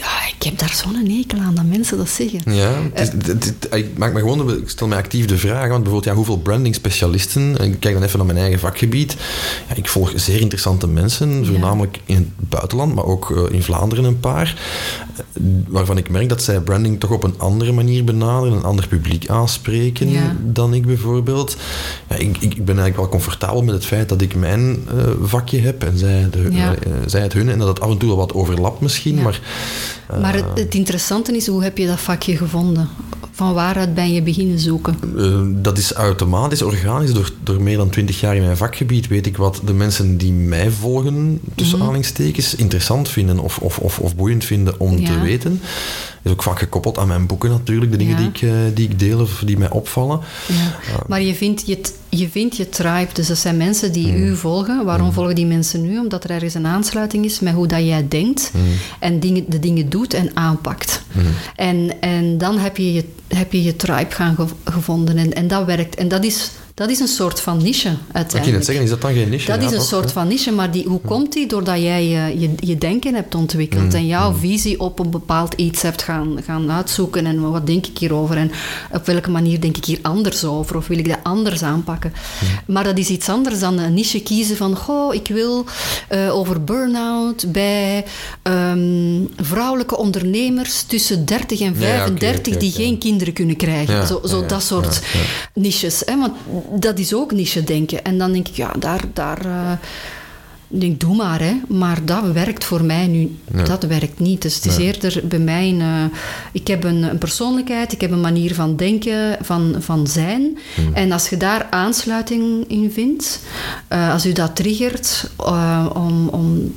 ik heb daar zo'n hekel aan dat mensen dat zeggen. Ja, het is, het, het, het, ik maak me gewoon, ik stel mij actief de vraag, want bijvoorbeeld, ja, hoeveel branding-specialisten, ik kijk dan even naar mijn eigen vakgebied, ja, ik volg zeer interessante mensen, voornamelijk in het buitenland, maar ook uh, in Vlaanderen een paar, waarvan ik merk dat zij branding toch op een andere manier benaderen, een ander publiek aanspreken ja. dan ik bijvoorbeeld. Ja, ik, ik ben eigenlijk wel comfortabel met het feit dat ik mijn uh, vakje heb en zij, de, ja. uh, zij het hun, en dat het af en toe wel wat overlapt misschien, ja. maar... Uh, maar het, het interessante is, hoe heb je dat vakje gevonden? Van waaruit ben je beginnen zoeken? Uh, dat is automatisch, organisch. Door, door meer dan twintig jaar in mijn vakgebied weet ik wat de mensen die mij volgen, tussen mm-hmm. aanhalingstekens, interessant vinden of, of, of, of boeiend vinden om ja. te weten. Is ook vaak gekoppeld aan mijn boeken natuurlijk, de dingen ja. die, ik, uh, die ik deel of die mij opvallen. Ja. Uh, maar je vindt je, je vindt je tribe, dus dat zijn mensen die mm. u volgen. Waarom mm. volgen die mensen u? Omdat er ergens een aansluiting is met hoe dat jij denkt mm. en dingen, de dingen doet en aanpakt. Mm. En, en dan heb je je, heb je, je tribe gaan ge- gevonden en, en dat werkt. En dat is... Dat is een soort van niche, uiteindelijk. Ik je net zeggen, is dat dan geen niche? Dat ja, is een toch? soort van niche, maar die, hoe komt die? Doordat jij je, je, je denken hebt ontwikkeld mm, en jouw mm. visie op een bepaald iets hebt gaan, gaan uitzoeken en wat denk ik hierover en op welke manier denk ik hier anders over of wil ik dat anders aanpakken. Mm. Maar dat is iets anders dan een niche kiezen van, goh, ik wil uh, over burn-out bij um, vrouwelijke ondernemers tussen dertig en vijfendertig ja, okay, okay, die okay. geen kinderen kunnen krijgen. Ja, zo zo ja, dat soort ja, ja. niches. Hè? Want dat is ook niche denken. En dan denk ik, ja, daar... daar uh, denk, doe maar, hè. Maar dat werkt voor mij nu. Ja. Dat werkt niet. Dus het is ja. eerder bij mij... Een, uh, ik heb een, een persoonlijkheid, ik heb een manier van denken, van, van zijn. Mm. En als je daar aansluiting in vindt, uh, als u dat triggert uh, om... om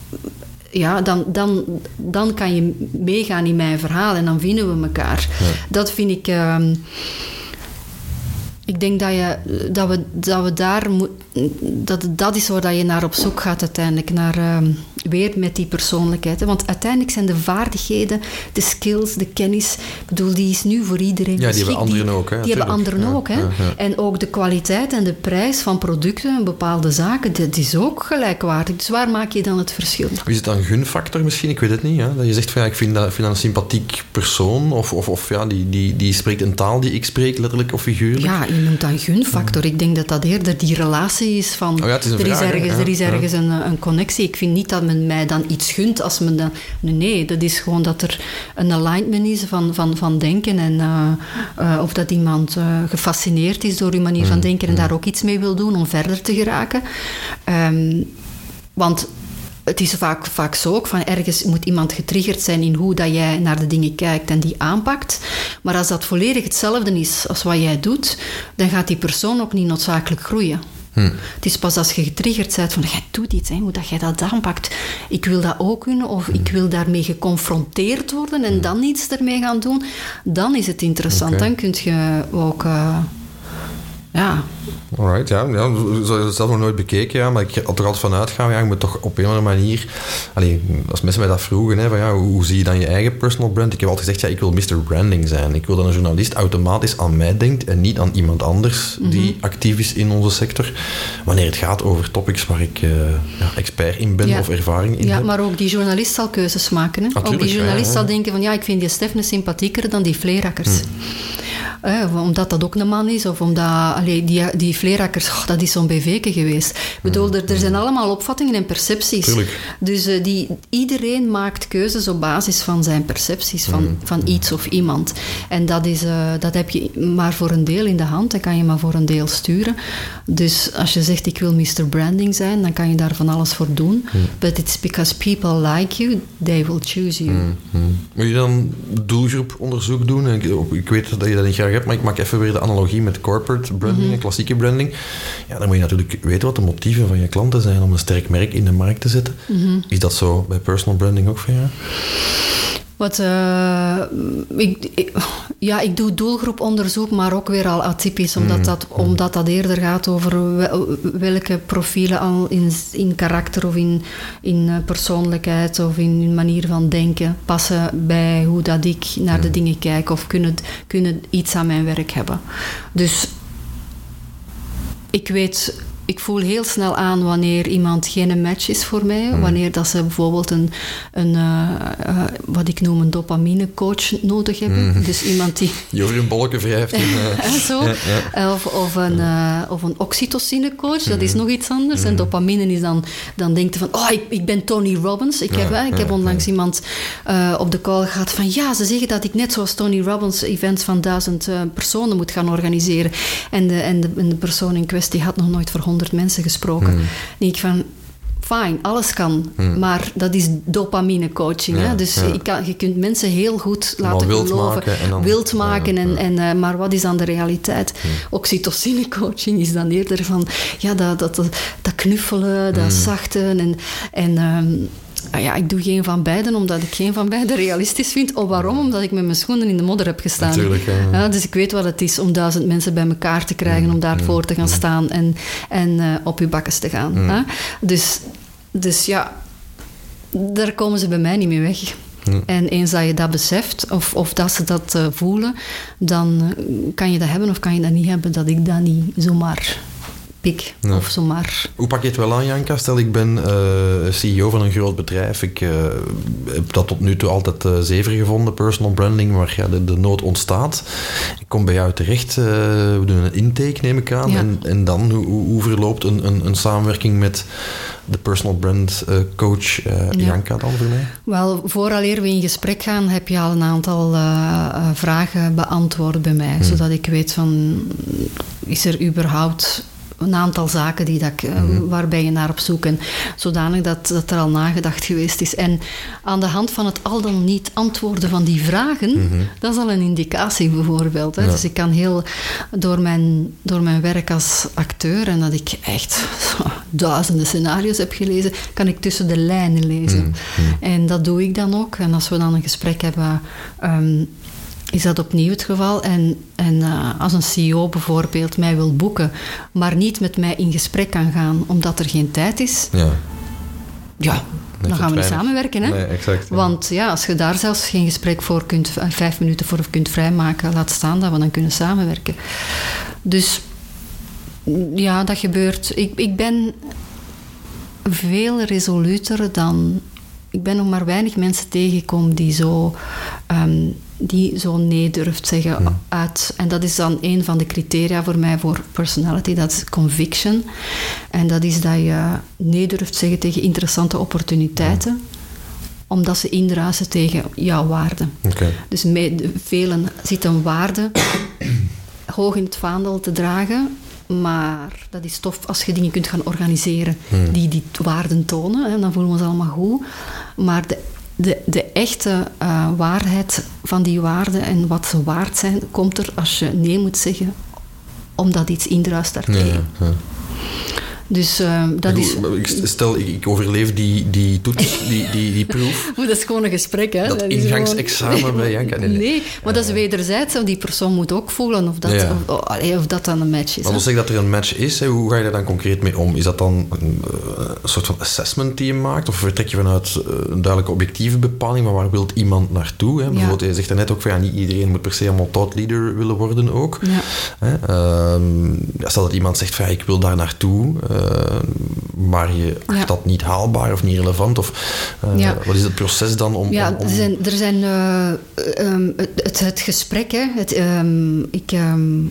ja, dan, dan, dan kan je meegaan in mijn verhaal en dan vinden we elkaar. Ja. Dat vind ik... Uh, Ik denk dat, je, dat, we, dat we daar... Moet, dat dat is waar je naar op zoek gaat uiteindelijk. Naar, uh, weer met die persoonlijkheid. Hè? Want uiteindelijk zijn de vaardigheden, de skills, de kennis... Ik bedoel, die is nu voor iedereen. Ja, die hebben anderen die, ook. Hè, die hebben anderen ja, ook. Hè? Ja, ja. En ook de kwaliteit en de prijs van producten en bepaalde zaken, dat is ook gelijkwaardig. Dus waar maak je dan het verschil? Is het dan een gunfactor misschien? Ik weet het niet. Ja? Dat je zegt van, ja, ik vind dat, vind dat een sympathiek persoon. Of, of, of ja, die, die, die spreekt een taal die ik spreek, letterlijk of figuurlijk. Ja, je noemt dat een gunfactor. Ik denk dat dat eerder die relatie is van... Oh ja, het is een er, vraag, is ergens, ja, er is ergens ja. een, een connectie. Ik vind niet dat men mij dan iets gunt als men dan... Nee, dat is gewoon dat er een alignment is van, van, van denken. En uh, uh, of dat iemand uh, gefascineerd is door uw manier mm, van denken en mm. daar ook iets mee wil doen om verder te geraken. Um, want... Het is vaak, vaak zo ook, van ergens moet iemand getriggerd zijn in hoe dat jij naar de dingen kijkt en die aanpakt. Maar als dat volledig hetzelfde is als wat jij doet, dan gaat die persoon ook niet noodzakelijk groeien. Hmm. Het is pas als je getriggerd bent van, jij doet iets, hè, hoe dat jij dat aanpakt. Ik wil dat ook kunnen, of hmm. ik wil daarmee geconfronteerd worden en hmm. dan iets ermee gaan doen. Dan is het interessant. Okay. Dan kun je ook... Uh, ja... Alright, ja. ja. Zo heb ik zelf nog nooit bekeken, ja, maar ik had er altijd van uitgaan, ja, je moet toch op een of andere manier... Allee, als mensen mij dat vroegen, hè, van, ja, hoe zie je dan je eigen personal brand? Ik heb altijd gezegd, ja, ik wil mister Branding zijn. Ik wil dat een journalist automatisch aan mij denkt en niet aan iemand anders mm-hmm. die actief is in onze sector. Wanneer het gaat over topics waar ik uh, ja, expert in ben ja. of ervaring in ja, heb. Ja, maar ook die journalist zal keuzes maken. Hè? Ook die journalist ja, ja. zal denken van, ja, ik vind die Stefne sympathieker dan die Vleerakkers. Mm. Uh, omdat dat ook een man is, of omdat... Allee, die, die Vleerakkers, oh, dat is zo'n B V'ke geweest. Ik bedoel, er, er zijn allemaal opvattingen en percepties. Tuurlijk. Dus uh, die, iedereen maakt keuzes op basis van zijn percepties, van, mm. van iets of iemand. En dat, is, uh, dat heb je maar voor een deel in de hand, dat kan je maar voor een deel sturen. Dus als je zegt, ik wil mister Branding zijn, dan kan je daar van alles voor doen. Mm. But it's because people like you, they will choose you. Mm. Mm. Moet je dan doelgroeponderzoek doen? Ik, ik weet dat je dat niet graag hebt, maar ik maak even weer de analogie met corporate branding mm-hmm. en klassieke branding. Ja, dan moet je natuurlijk weten wat de motieven van je klanten zijn om een sterk merk in de markt te zetten. Mm-hmm. Is dat zo bij personal branding ook voor jou? Wat, uh, ik, ik, ja, ik doe doelgroeponderzoek, maar ook weer al atypisch, omdat, mm. dat, omdat dat eerder gaat over wel, welke profielen al in, in karakter of in, in persoonlijkheid of in manier van denken passen bij hoe dat ik naar mm. de dingen kijk of kunnen, kunnen iets aan mijn werk hebben. Dus ik weet... ik voel heel snel aan wanneer iemand geen match is voor mij. Mm. Wanneer dat ze bijvoorbeeld een, een uh, uh, wat ik noem een dopaminecoach nodig hebben. Mm. Dus iemand die... Die over een bolken wrijft. En zo. Ja, ja. Of, of, een, uh, of een oxytocinecoach, dat mm. is nog iets anders. Mm. En dopamine is dan, dan denkt je van, oh, ik, ik ben Tony Robbins. Ik heb, ja, uh, ik heb onlangs ja. iemand uh, op de call gehad van, ja, ze zeggen dat ik net zoals Tony Robbins events van duizend uh, personen moet gaan organiseren. En de, en, de, en de persoon in kwestie had nog nooit voor honderd mensen gesproken. Mm. Dan denk ik van, fijn, alles kan, mm. maar dat is dopamine coaching. Ja, hè? Dus ja. je, kan, je kunt mensen heel goed laten wild geloven, maken en dan, wild maken, ja, en, ja. en, uh, maar wat is dan de realiteit? Mm. Oxytocine coaching is dan eerder van, ja, dat, dat, dat, dat knuffelen, dat mm. zachten en... en um, Ah ja, ik doe geen van beiden, omdat ik geen van beiden realistisch vind. Of waarom? Omdat ik met mijn schoenen in de modder heb gestaan. Natuurlijk, ja. Ja, dus ik weet wat het is om duizend mensen bij elkaar te krijgen, om daarvoor mm, te gaan mm. staan en, en uh, op je bakkes te gaan. Mm. Hè? Dus, dus ja, daar komen ze bij mij niet mee weg. Mm. En eens dat je dat beseft, of, of dat ze dat uh, voelen, dan kan je dat hebben of kan je dat niet hebben, dat ik dat niet zomaar... pik, ja. of zomaar. Hoe pak je het wel aan, Janka? Stel, ik ben uh, C E O van een groot bedrijf. Ik uh, heb dat tot nu toe altijd uh, zever gevonden, personal branding, maar ja, de, de nood ontstaat. Ik kom bij jou terecht, uh, we doen een intake, neem ik aan. Ja. En, en dan, hoe, hoe verloopt een, een, een samenwerking met de personal brand uh, coach uh, ja. Janka dan voor mij? Wel, vooraleer we in gesprek gaan, heb je al een aantal uh, uh, vragen beantwoord bij mij, hmm. zodat ik weet van, is er überhaupt... een aantal zaken die dat ik, mm-hmm. waarbij je naar op zoek en zodanig dat, dat er al nagedacht geweest is. En aan de hand van het al dan niet antwoorden van die vragen, mm-hmm. dat is al een indicatie bijvoorbeeld. Hè. Ja. Dus ik kan heel, door mijn, door mijn werk als acteur, en dat ik echt duizenden scenario's heb gelezen, kan ik tussen de lijnen lezen. Mm-hmm. En dat doe ik dan ook. En als we dan een gesprek hebben... Um, is dat opnieuw het geval. En, en uh, als een C E O bijvoorbeeld mij wil boeken, maar niet met mij in gesprek kan gaan, omdat er geen tijd is, ja, ja dan gaan we niet samenwerken. Hè? Nee, exact, ja. Want ja, als je daar zelfs geen gesprek voor kunt, vijf minuten voor kunt vrijmaken, laat staan dat we dan kunnen samenwerken. Dus ja, dat gebeurt. Ik, ik ben veel resoluter dan... Ik ben nog maar weinig mensen tegengekomen die zo... Um, die zo nee durft zeggen hmm. uit. En dat is dan een van de criteria voor mij voor personality. Dat is conviction. En dat is dat je nee durft zeggen tegen interessante opportuniteiten. Hmm. Omdat ze indruisen tegen jouw waarden. Okay. Dus met velen zit een waarde hoog in het vaandel te dragen. Maar dat is tof als je dingen kunt gaan organiseren hmm. die die waarden tonen. Hè, dan voelen we ons allemaal goed. Maar de De, de echte uh, waarheid van die waarden en wat ze waard zijn, komt er als je nee moet zeggen, omdat iets indruist daartegen. Ja, ja. Dus uh, dat is... Stel, ik overleef die, die toets, die, die, die proef. Maar dat is gewoon een gesprek, hè. Dat, dat ingangsexamen gewoon... bij Janka. Nee, nee. nee maar dat is wederzijds. Die persoon moet ook voelen of dat, ja. of, of, of dat dan een match is. Maar als ik dat er een match is, hè, hoe ga je daar dan concreet mee om? Is dat dan een, een soort van assessment die je maakt? Of vertrek je vanuit een duidelijke objectieve bepaling? Maar waar wil iemand naartoe? Hè? Bijvoorbeeld, ja. je zegt er net ook van, ja, niet iedereen moet per se allemaal thought leader willen worden ook. Ja. Hè? Uh, stel dat iemand zegt van, ja, ik wil daar naartoe... Uh, maar je acht ja. dat niet haalbaar of niet relevant? Of, uh, ja. Wat is het proces dan om... Ja, om, om... er zijn, er zijn uh, um, het, het gesprek, hè, het, um, ik... Um,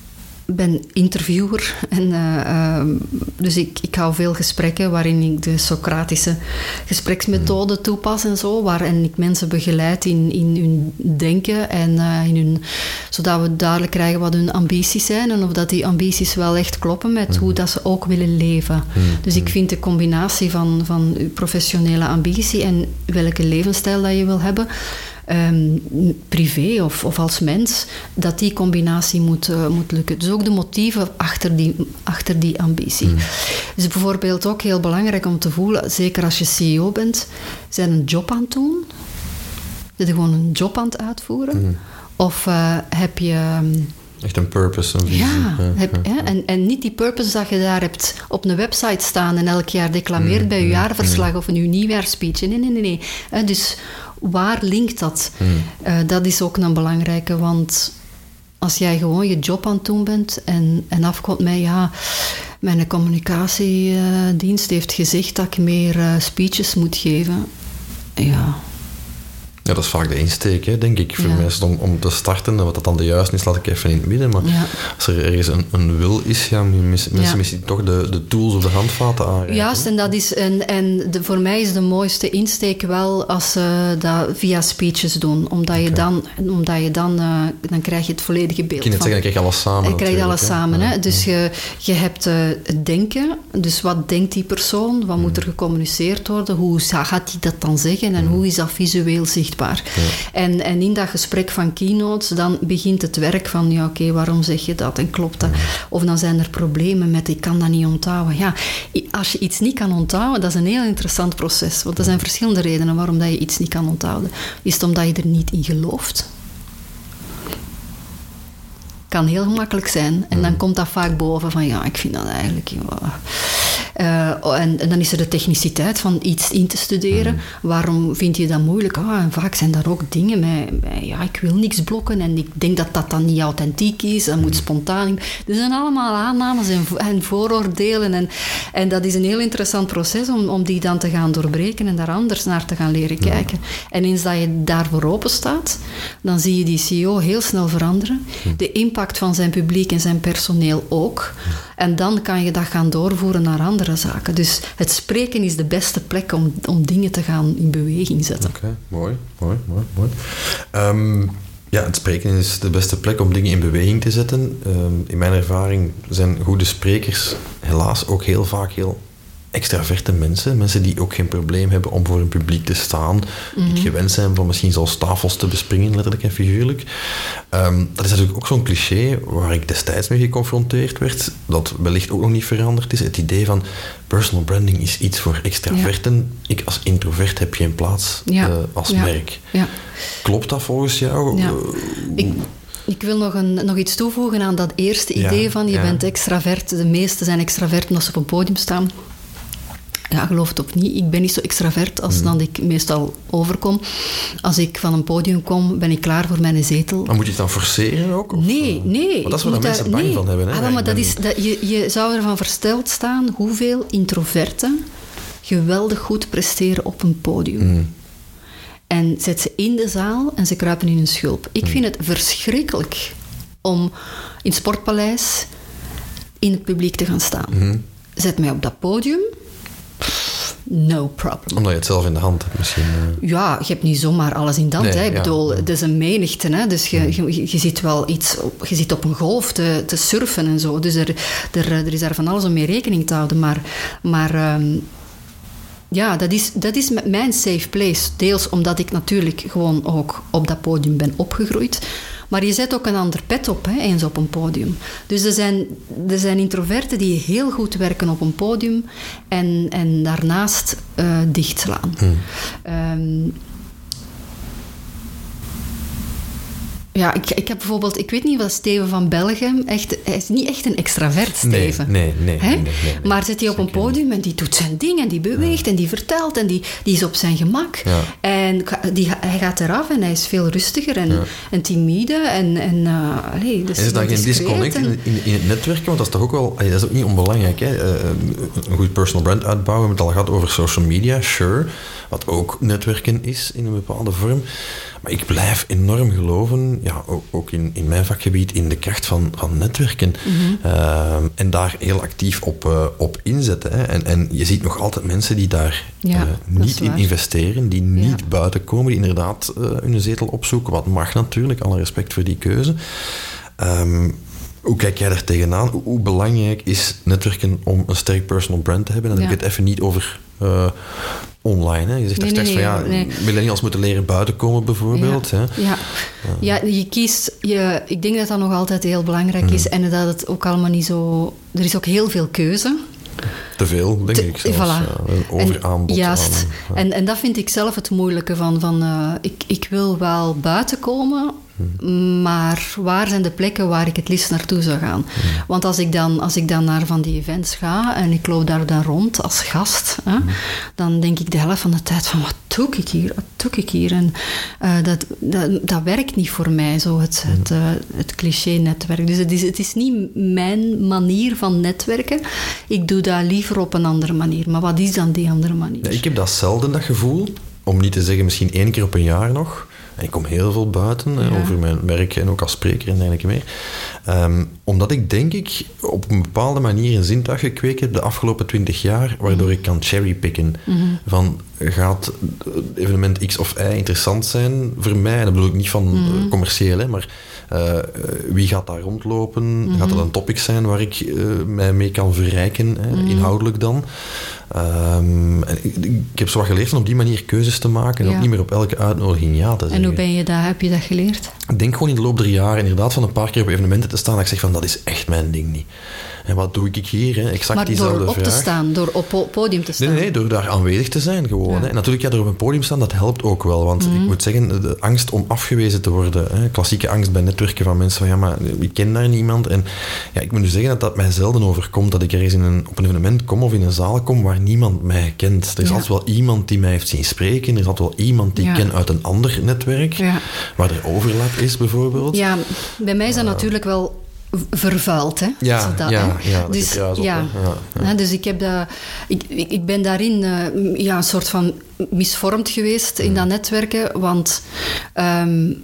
ben interviewer en uh, um, dus ik, ik hou veel gesprekken waarin ik de Socratische gespreksmethode mm. toepas en zo, waarin ik mensen begeleid in, in hun denken en uh, in hun, zodat we duidelijk krijgen wat hun ambities zijn en of dat die ambities wel echt kloppen met mm. hoe dat ze ook willen leven. Mm. Dus ik vind de combinatie van, van uw professionele ambitie en welke levensstijl dat je wil hebben, Um, privé of, of als mens, dat die combinatie moet, uh, moet lukken. Dus ook de motieven achter die, achter die ambitie. Mm. Dus bijvoorbeeld ook heel belangrijk om te voelen, zeker als je C E O bent, zijn een job aan het doen? Zijn je gewoon een job aan het uitvoeren? Mm. Of uh, heb je... Um, Echt een purpose, een visie. Ja, heb, ja, ja. En, en niet die purpose dat je daar hebt op een website staan en elk jaar declameert mm, bij je mm, jaarverslag mm. of in je nieuwjaarspeech. Nee, nee, nee. nee. Uh, dus waar linkt dat? Mm. Uh, dat is ook een belangrijke, want als jij gewoon je job aan het doen bent en, en afkomt met, ja, Mijn communicatiedienst heeft gezegd dat ik meer uh, speeches moet geven. Ja... Ja, dat is vaak de insteek, hè, denk ik, voor ja. mensen om, om te starten. En wat dat dan de juiste is, laat ik even in het midden. Maar ja. als er ergens een, een wil is, ja, mensen ja. misschien toch de, de tools of de handvaten aanreiken. Juist, en dat is en, en de, voor mij is de mooiste insteek wel als ze dat via speeches doen. Omdat je okay. dan, omdat je dan, uh, dan krijg je het volledige beeld. Ik kan net zeggen, dan krijg je alles samen. Je krijgt alles hè? samen. Ja. Hè? Dus ja. je, je hebt uh, het denken. Dus wat denkt die persoon? Wat mm. moet er gecommuniceerd worden? Hoe gaat hij dat dan zeggen? En mm. hoe is dat visueel zichtbaar? Ja. En, en in dat gesprek van keynotes, dan begint het werk van, ja, oké, okay, waarom zeg je dat en klopt dat? Of dan zijn er problemen met, ik kan dat niet onthouden. Ja, als je iets niet kan onthouden, dat is een heel interessant proces. Want er zijn verschillende redenen waarom dat je iets niet kan onthouden. Is het omdat je er niet in gelooft? Kan heel gemakkelijk zijn. En dan komt dat vaak boven van, ja, ik vind dat eigenlijk... Ja. Uh, en, en dan is er de techniciteit van iets in te studeren. Mm. Waarom vind je dat moeilijk? Ah, en vaak zijn daar ook dingen met, met... Ja, ik wil niks blokken en ik denk dat dat dan niet authentiek is. Dat moet spontaan... Er zijn allemaal aannames en, en vooroordelen. En, en dat is een heel interessant proces om, om die dan te gaan doorbreken en daar anders naar te gaan leren kijken. Mm. En eens dat je daarvoor open staat, dan zie je die C E O heel snel veranderen. Mm. De impact van zijn publiek en zijn personeel ook. Mm. En dan kan je dat gaan doorvoeren naar andere zaken. Dus het spreken is de beste plek om, om dingen te gaan in beweging zetten. Oké, okay, mooi, mooi, mooi, mooi. Um, ja, het spreken is de beste plek om dingen in beweging te zetten. Um, in mijn ervaring zijn goede sprekers helaas ook heel vaak heel extraverte mensen. Mensen die ook geen probleem hebben om voor een publiek te staan. Mm-hmm. Die gewend zijn van misschien zelfs tafels te bespringen, letterlijk en figuurlijk. Um, dat is natuurlijk ook zo'n cliché waar ik destijds mee geconfronteerd werd, dat wellicht ook nog niet veranderd is. Het idee van personal branding is iets voor extraverten. Ja. Ik als introvert heb geen plaats ja. uh, als ja. merk. Ja. Klopt dat volgens jou? Ja. Ik... Ik wil nog, een, nog iets toevoegen aan dat eerste idee ja, van je ja. bent extravert. De meesten zijn extraverten als ze op een podium staan. Ja, geloof het of niet. Ik ben niet zo extravert als mm. dan ik meestal overkom. Als ik van een podium kom, ben ik klaar voor mijn zetel. Maar moet je het dan forceren ook? Of? Nee, nee. Want dat is waar mensen daar, bang nee. van hebben. Hè? Ah, maar, maar dat is, dat, je, je zou ervan versteld staan hoeveel introverten geweldig goed presteren op een podium. Mm. En zet ze in de zaal en ze kruipen in hun schulp. Ik mm. vind het verschrikkelijk om in het Sportpaleis in het publiek te gaan staan. Mm. Zet mij op dat podium... No problem. Omdat je het zelf in de hand hebt misschien. Uh... Ja, je hebt niet zomaar alles in de hand. Nee, hè. Ik ja, bedoel, ja. het is een menigte. Hè. Dus je, ja. je, je zit wel iets... Op, je zit op een golf te, te surfen en zo. Dus er, er, er is daar van alles om mee rekening te houden. Maar... maar um, ja, dat is, dat is mijn safe place. Deels omdat ik natuurlijk gewoon ook op dat podium ben opgegroeid. Maar je zet ook een ander pet op, hè, eens op een podium. Dus er zijn, er zijn introverten die heel goed werken op een podium en, en daarnaast uh, dichtslaan. Hmm. Um, Ja, ik, ik heb bijvoorbeeld... Ik weet niet wat Steven van Belgium... Echt, hij is niet echt een extravert, Steven. Nee, nee, nee. nee, nee, nee, nee maar zit hij op een podium en die doet zijn ding en die beweegt ja. en die vertelt en die, die is op zijn gemak. Ja. En die, hij gaat eraf en hij is veel rustiger en, ja. en timide en... en uh, allee, dus en is dat geen disconnect en... in, in, in het netwerken? Want dat is toch ook wel... Allee, dat is ook niet onbelangrijk, hè? Uh, een goed personal brand uitbouwen. We hebben het al gehad over social media, sure. Wat ook netwerken is in een bepaalde vorm. Maar ik blijf enorm geloven, ja, ook, ook in, in mijn vakgebied, in de kracht van, van netwerken. Mm-hmm. Uh, en daar heel actief op, uh, op inzetten. Hè. En, en je ziet nog altijd mensen die daar ja, uh, niet in investeren, die niet ja. buiten komen, die inderdaad uh, hun zetel opzoeken. Wat mag natuurlijk, alle respect voor die keuze. Um, Hoe kijk jij daar tegenaan? Hoe, hoe belangrijk is netwerken om een sterk personal brand te hebben? Dan ja. heb ik het even niet over uh, online. Hè? Je zegt nee, daar straks nee, van, ja, nee. millennials moeten leren buiten komen bijvoorbeeld. Ja, hè? ja. ja je kiest... Je, ik denk dat dat nog altijd heel belangrijk mm. is en dat het ook allemaal niet zo... Er is ook heel veel keuze. te veel, denk te, ik zelfs. Voilà. Ja, een overaanbod. Juist. Aan, ja. en, en dat vind ik zelf het moeilijke van... van uh, ik, ik wil wel buiten komen... Maar waar zijn de plekken waar ik het liefst naartoe zou gaan? Hmm. Want als ik, dan, als ik dan naar van die events ga en ik loop daar dan rond als gast, hè, hmm. dan denk ik de helft van de tijd van wat doe ik hier? Wat doe ik hier? En uh, dat, dat, dat werkt niet voor mij, zo het, hmm. het, uh, het cliché-netwerk. Dus het is, het is niet mijn manier van netwerken. Ik doe dat liever op een andere manier. Maar wat is dan die andere manier? Ja, ik heb dat zelden, dat gevoel. Om niet te zeggen misschien één keer op een jaar nog. En ik kom heel veel buiten, ja. hè, over mijn werk en ook als spreker en dergelijke meer. Um, omdat ik denk ik op een bepaalde manier een zintuig gekweekt heb de afgelopen twintig jaar, waardoor mm. ik kan cherrypicken. Mm-hmm. Van, gaat evenement X of Y interessant zijn voor mij? En dat bedoel ik niet van mm-hmm. commercieel, hè, maar uh, wie gaat daar rondlopen? Mm-hmm. Gaat dat een topic zijn waar ik uh, mij mee kan verrijken, hè, mm-hmm. inhoudelijk dan? Um, ik, ik heb zo wat geleerd om op die manier keuzes te maken en ja. ook niet meer op elke uitnodiging ja te zeggen. En hoe ben je dat, heb je dat geleerd? Ik denk gewoon in de loop der jaren inderdaad van een paar keer op evenementen te staan dat ik zeg van dat is echt mijn ding niet. En wat doe ik hier? Hè? Exact maar diezelfde door op vraag. te staan, door op po- podium te staan? Nee, nee, door daar aanwezig te zijn gewoon. Ja. Hè? En natuurlijk, ja, door op een podium staan, dat helpt ook wel. Want mm-hmm. ik moet zeggen, de angst om afgewezen te worden, hè? Klassieke angst bij netwerken van mensen van ja, maar ik ken daar niemand. En ja, ik moet nu zeggen dat dat mij zelden overkomt dat ik ergens in een, op een evenement kom of in een zaal kom waar niemand mij kent. Er is ja. altijd wel iemand die mij heeft zien spreken. Er is altijd wel iemand die ja. ik ken uit een ander netwerk, ja. waar er overlap is bijvoorbeeld. Ja, bij mij is dat uh, natuurlijk wel vervuild, hè? Ja, dat, ja, hè? ja, dat dus, is op, ja. Ja, ja. ja, dus ik heb dat, ik, ik, ik ben daarin uh, ja, een soort van misvormd geweest in mm. dat netwerken, want um,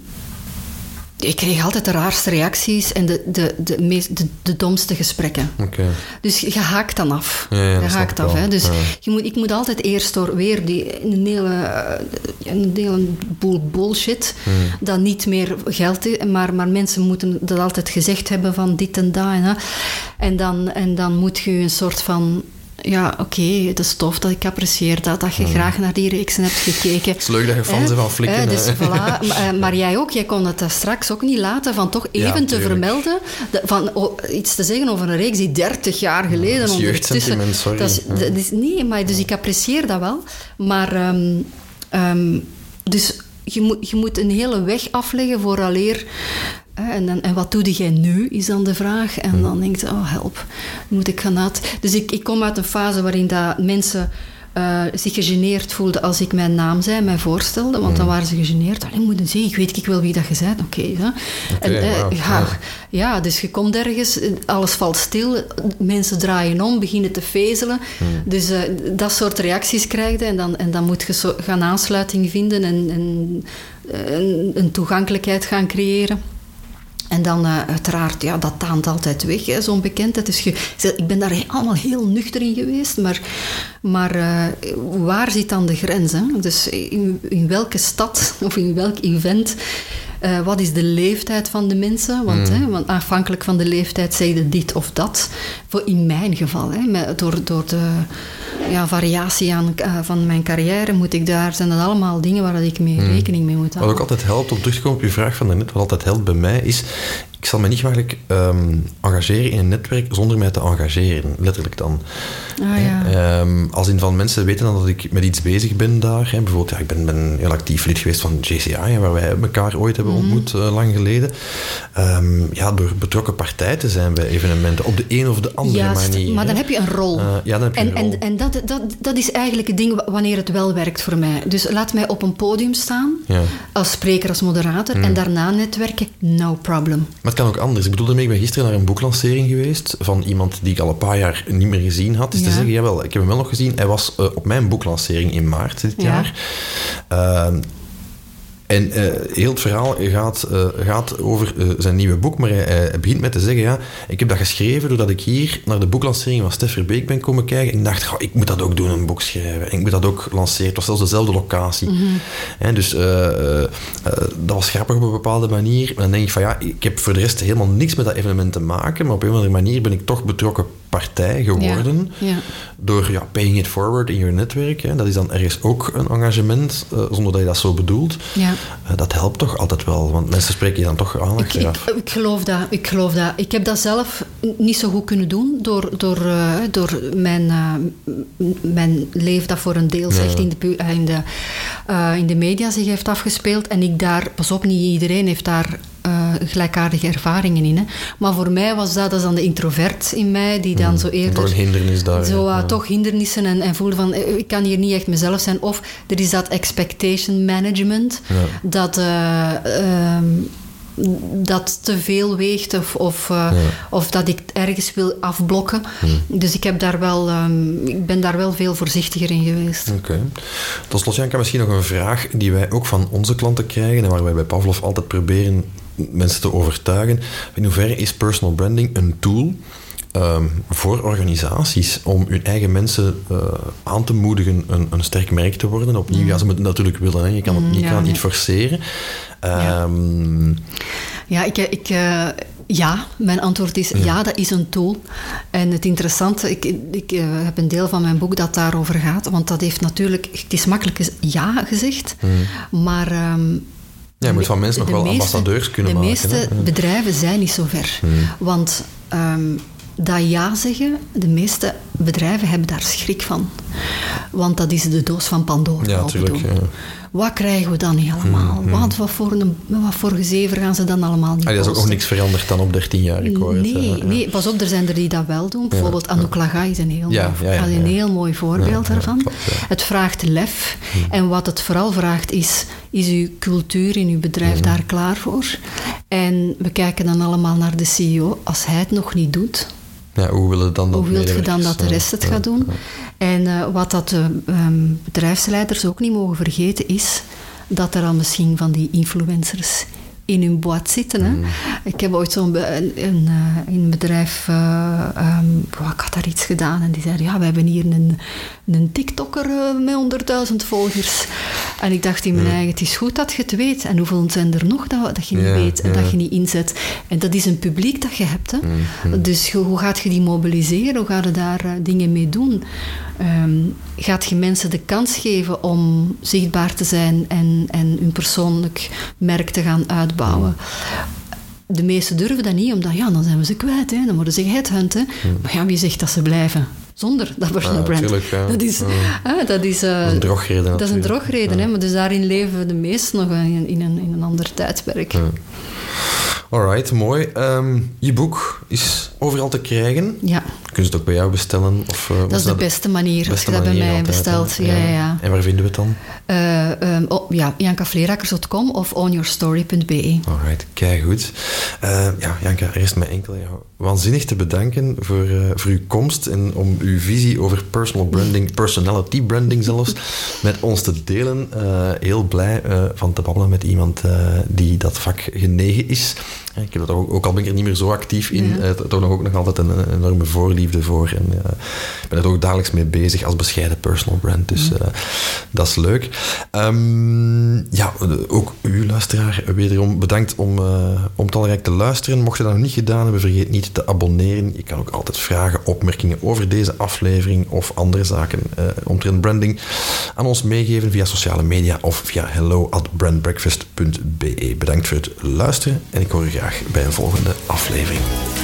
ik kreeg altijd de raarste reacties en de, de, de, meest, de, de domste gesprekken. Okay. Dus je haakt dan af. Ja, ja, je haakt af. Hè? Dus ja. je moet, ik moet altijd eerst door weer die, een, hele, een hele boel bullshit, hmm. dat niet meer geldt is, maar, maar mensen moeten dat altijd gezegd hebben van dit en dat. En, dat. en, dan, en dan moet je een soort van... Ja, oké, okay, het is tof dat ik apprecieer dat, dat je mm. graag naar die reeksen hebt gekeken. Het is leuk dat je fans bent van flikken. Eh, dus, voilà. maar, maar jij ook, jij kon het straks ook niet laten van toch even ja, te vermelden, de, van oh, iets te zeggen over een reeks die dertig jaar geleden... Ja, dat is jeugdsentiment, sorry. Dat is, ja. dat is, nee, maar dus ik apprecieer dat wel. Maar, um, um, dus je moet, je moet een hele weg afleggen vooraleer... En, dan, en wat doe jij nu, is dan de vraag. En dan denk je, oh help, moet ik gaan uit. Dus ik, ik kom uit een fase waarin dat mensen uh, zich gegeneerd voelden als ik mijn naam zei, mij voorstelde. Want dan waren ze gegeneerd. Alleen moeten zeggen, ik weet ik wel wie dat je bent. Oké. Okay, okay, uh, ja, ja. ja, dus je komt ergens, alles valt stil. Mensen draaien om, beginnen te vezelen. Hmm. Dus uh, dat soort reacties krijg je. En dan, en dan moet je zo gaan aansluiting vinden en, en een, een toegankelijkheid gaan creëren. En dan uh, uiteraard, ja, dat taant altijd weg, hè, zo'n bekendheid. Dus je, ik ben daar allemaal heel nuchter in geweest, maar, maar uh, waar zit dan de grens? Hè? Dus in, in welke stad of in welk event, uh, wat is de leeftijd van de mensen? Want, mm. hè, want afhankelijk van de leeftijd zeg je dit of dat. Voor in mijn geval, hè, met, door, door de ja, variatie aan, uh, van mijn carrière moet ik daar, zijn dat allemaal dingen waar ik mee mm. rekening mee moet houden. Wat ook altijd helpt, om terug te komen op je vraag van daarnet, wat altijd helpt bij mij is, ik zal me niet gemakkelijk um, engageren in een netwerk zonder mij te engageren, letterlijk dan. Ah, ja. um, als in van mensen weten dan dat ik met iets bezig ben daar. Hè. Bijvoorbeeld, ja, ik ben, ben heel actief lid geweest van J C I, hè, waar wij elkaar ooit hebben mm-hmm. ontmoet, uh, lang geleden. Um, ja, door betrokken partij te zijn bij evenementen, op de een of de andere Juist, manier. maar dan heb je een rol. Uh, ja, dan heb je en, een rol. En, en dat, dat, dat is eigenlijk het ding wanneer het wel werkt voor mij. Dus laat mij op een podium staan, ja. als spreker, als moderator, mm. en daarna netwerken, no problem. Maar het kan ook anders. Ik bedoel, ik ben gisteren naar een boeklancering geweest van iemand die ik al een paar jaar niet meer gezien had. Dus ja. te zeggen, jawel, ik heb hem wel nog gezien. Hij was uh, op mijn boeklancering in maart dit ja. jaar. Uh, En uh, heel het verhaal gaat, uh, gaat over uh, zijn nieuwe boek, maar hij, hij begint met te zeggen, ja, ik heb dat geschreven doordat ik hier naar de boeklancering van Stef Verbeek ben komen kijken. En ik dacht, oh, ik moet dat ook doen, een boek schrijven. En ik moet dat ook lanceren. Het was zelfs dezelfde locatie. Mm-hmm. En dus uh, uh, dat was grappig op een bepaalde manier. En dan denk ik van, ja, ik heb voor de rest helemaal niks met dat evenement te maken, maar op een of andere manier ben ik toch betrokken partij geworden. Ja. Ja. Door ja, paying it forward in je netwerk. Hè. Dat is dan ergens ook een engagement, uh, zonder dat je dat zo bedoelt. Ja. Uh, dat helpt toch altijd wel, want mensen spreken je dan toch aan achteraf. Ik, ik, ik geloof dat, ik geloof dat. Ik heb dat zelf niet zo goed kunnen doen door, door, uh, door mijn, uh, mijn leven dat voor een deel ja. echt in de, in, de, uh, in de media zich heeft afgespeeld. En ik daar, pas op, niet iedereen heeft daar Uh, gelijkaardige ervaringen in. Hè. Maar voor mij was dat, dat is dan de introvert in mij, die dan mm, zo eerder... Toch een hindernis daar. Zo, uh, ja. Toch hindernissen en, en voelde van, ik kan hier niet echt mezelf zijn. Of er is dat expectation management, ja. dat... Uh, um, dat te veel weegt of, of, uh, ja. of dat ik ergens wil afblokken. Hmm. Dus ik, heb daar wel, um, ik ben daar wel veel voorzichtiger in geweest. Oké. Okay. Tot slot, Janka, misschien nog een vraag die wij ook van onze klanten krijgen en waar wij bij Pavlov altijd proberen mensen te overtuigen. In hoeverre is personal branding een tool um, voor organisaties om hun eigen mensen uh, aan te moedigen een, een sterk merk te worden? Opnieuw, mm. ja, ze moeten het natuurlijk willen. Hè. Je kan het mm, niet, ja, kan nee. niet forceren. Um, ja, ja ik... ik uh, Ja, mijn antwoord is ja. ja, dat is een tool. En het interessante, ik, ik uh, heb een deel van mijn boek dat daarover gaat, want dat heeft natuurlijk, het is makkelijk ja gezegd, mm. maar... Um, ja, je moet van mensen nog wel meeste, ambassadeurs kunnen de maken. De meeste hè? bedrijven zijn niet zo ver. Mm. Want um, dat ja zeggen, de meeste bedrijven hebben daar schrik van. Want dat is de doos van Pandora. Ja, natuurlijk. Ja. Wat krijgen we dan niet allemaal? Mm, mm. Wat, wat, voor een, wat voor gezever gaan ze dan allemaal niet ah, Er is ook nog niks veranderd dan op dertien jaar, ik hoor nee, het. Ja. Nee, pas op, er zijn er die dat wel doen. Bijvoorbeeld ja, Anouk Lagai is een heel, ja, mooi, ja, ja, ja. een heel mooi voorbeeld ja, daarvan. Ja, klopt, ja. Het vraagt lef. Mm. En wat het vooral vraagt is, is uw cultuur in uw bedrijf mm. daar klaar voor? En we kijken dan allemaal naar de C E O. Als hij het nog niet doet... Ja, hoe wil je dan dat, hoe wil je dan dat de rest het ja, gaat doen? Ja. En uh, wat dat de um, bedrijfsleiders ook niet mogen vergeten is dat er al misschien van die influencers in hun boot zitten. Hè? Mm. Ik heb ooit zo'n be- een, een, een bedrijf, uh, um, oh, ik had daar iets gedaan en die zei, ja, we hebben hier een, een TikToker uh, met honderdduizend volgers. En ik dacht in mijn mm. eigen, het is goed dat je het weet. En hoeveel zijn er nog dat, dat je niet ja, weet en ja. dat je niet inzet? En dat is een publiek dat je hebt. Hè? Mm. Dus hoe gaat je die mobiliseren? Hoe ga je daar uh, dingen mee doen? Um, gaat je mensen de kans geven om zichtbaar te zijn en, en hun persoonlijk merk te gaan uitbouwen? De meesten durven dat niet, omdat ja, dan zijn we ze kwijt. Hè. Dan worden ze headhunten. Hmm. Maar ja, wie zegt dat ze blijven? Zonder dat personal ja, brand. Tuurlijk, ja. Dat is, ja. ah, dat is, uh, dat is een drogreden. Dat is een natuurlijk. drogreden, ja. hè, maar dus daarin leven de meesten nog in, in, een, in een ander tijdperk. Ja. Alright, mooi. Um, je boek is overal te krijgen. Ja. Kun je het ook bij jou bestellen? Of, uh, dat is de dat beste manier, als je dat bij mij altijd, bestelt. Ja, ja, ja. En waar vinden we het dan? Uh, um, oh, ja, janka vleerakers punt com of on your story punt b e. Alright, kijk goed. Uh, ja, Janka, rest mij enkel jou waanzinnig te bedanken voor, uh, voor uw komst en om uw visie over personal branding, personality branding zelfs, met ons te delen. Uh, heel blij uh, van te babbelen met iemand uh, die dat vak genegen is. Ik heb dat ook, ook al ben ik er niet meer zo actief in, ja. uh, toch nog ook nog altijd een, een enorme voorliefde voor. En uh, ik ben er ook dagelijks mee bezig als bescheiden personal brand. Dus uh, dat is leuk. Um, ja, ook u, luisteraar, wederom bedankt om, uh, om talrijk te luisteren. Mocht je dat nog niet gedaan hebben, vergeet niet te abonneren. Je kan ook altijd vragen, opmerkingen over deze aflevering of andere zaken uh, omtrent branding aan ons meegeven via sociale media of via hello at brandbreakfast punt b e. Bedankt voor het luisteren en ik hoor u graag bij een volgende aflevering.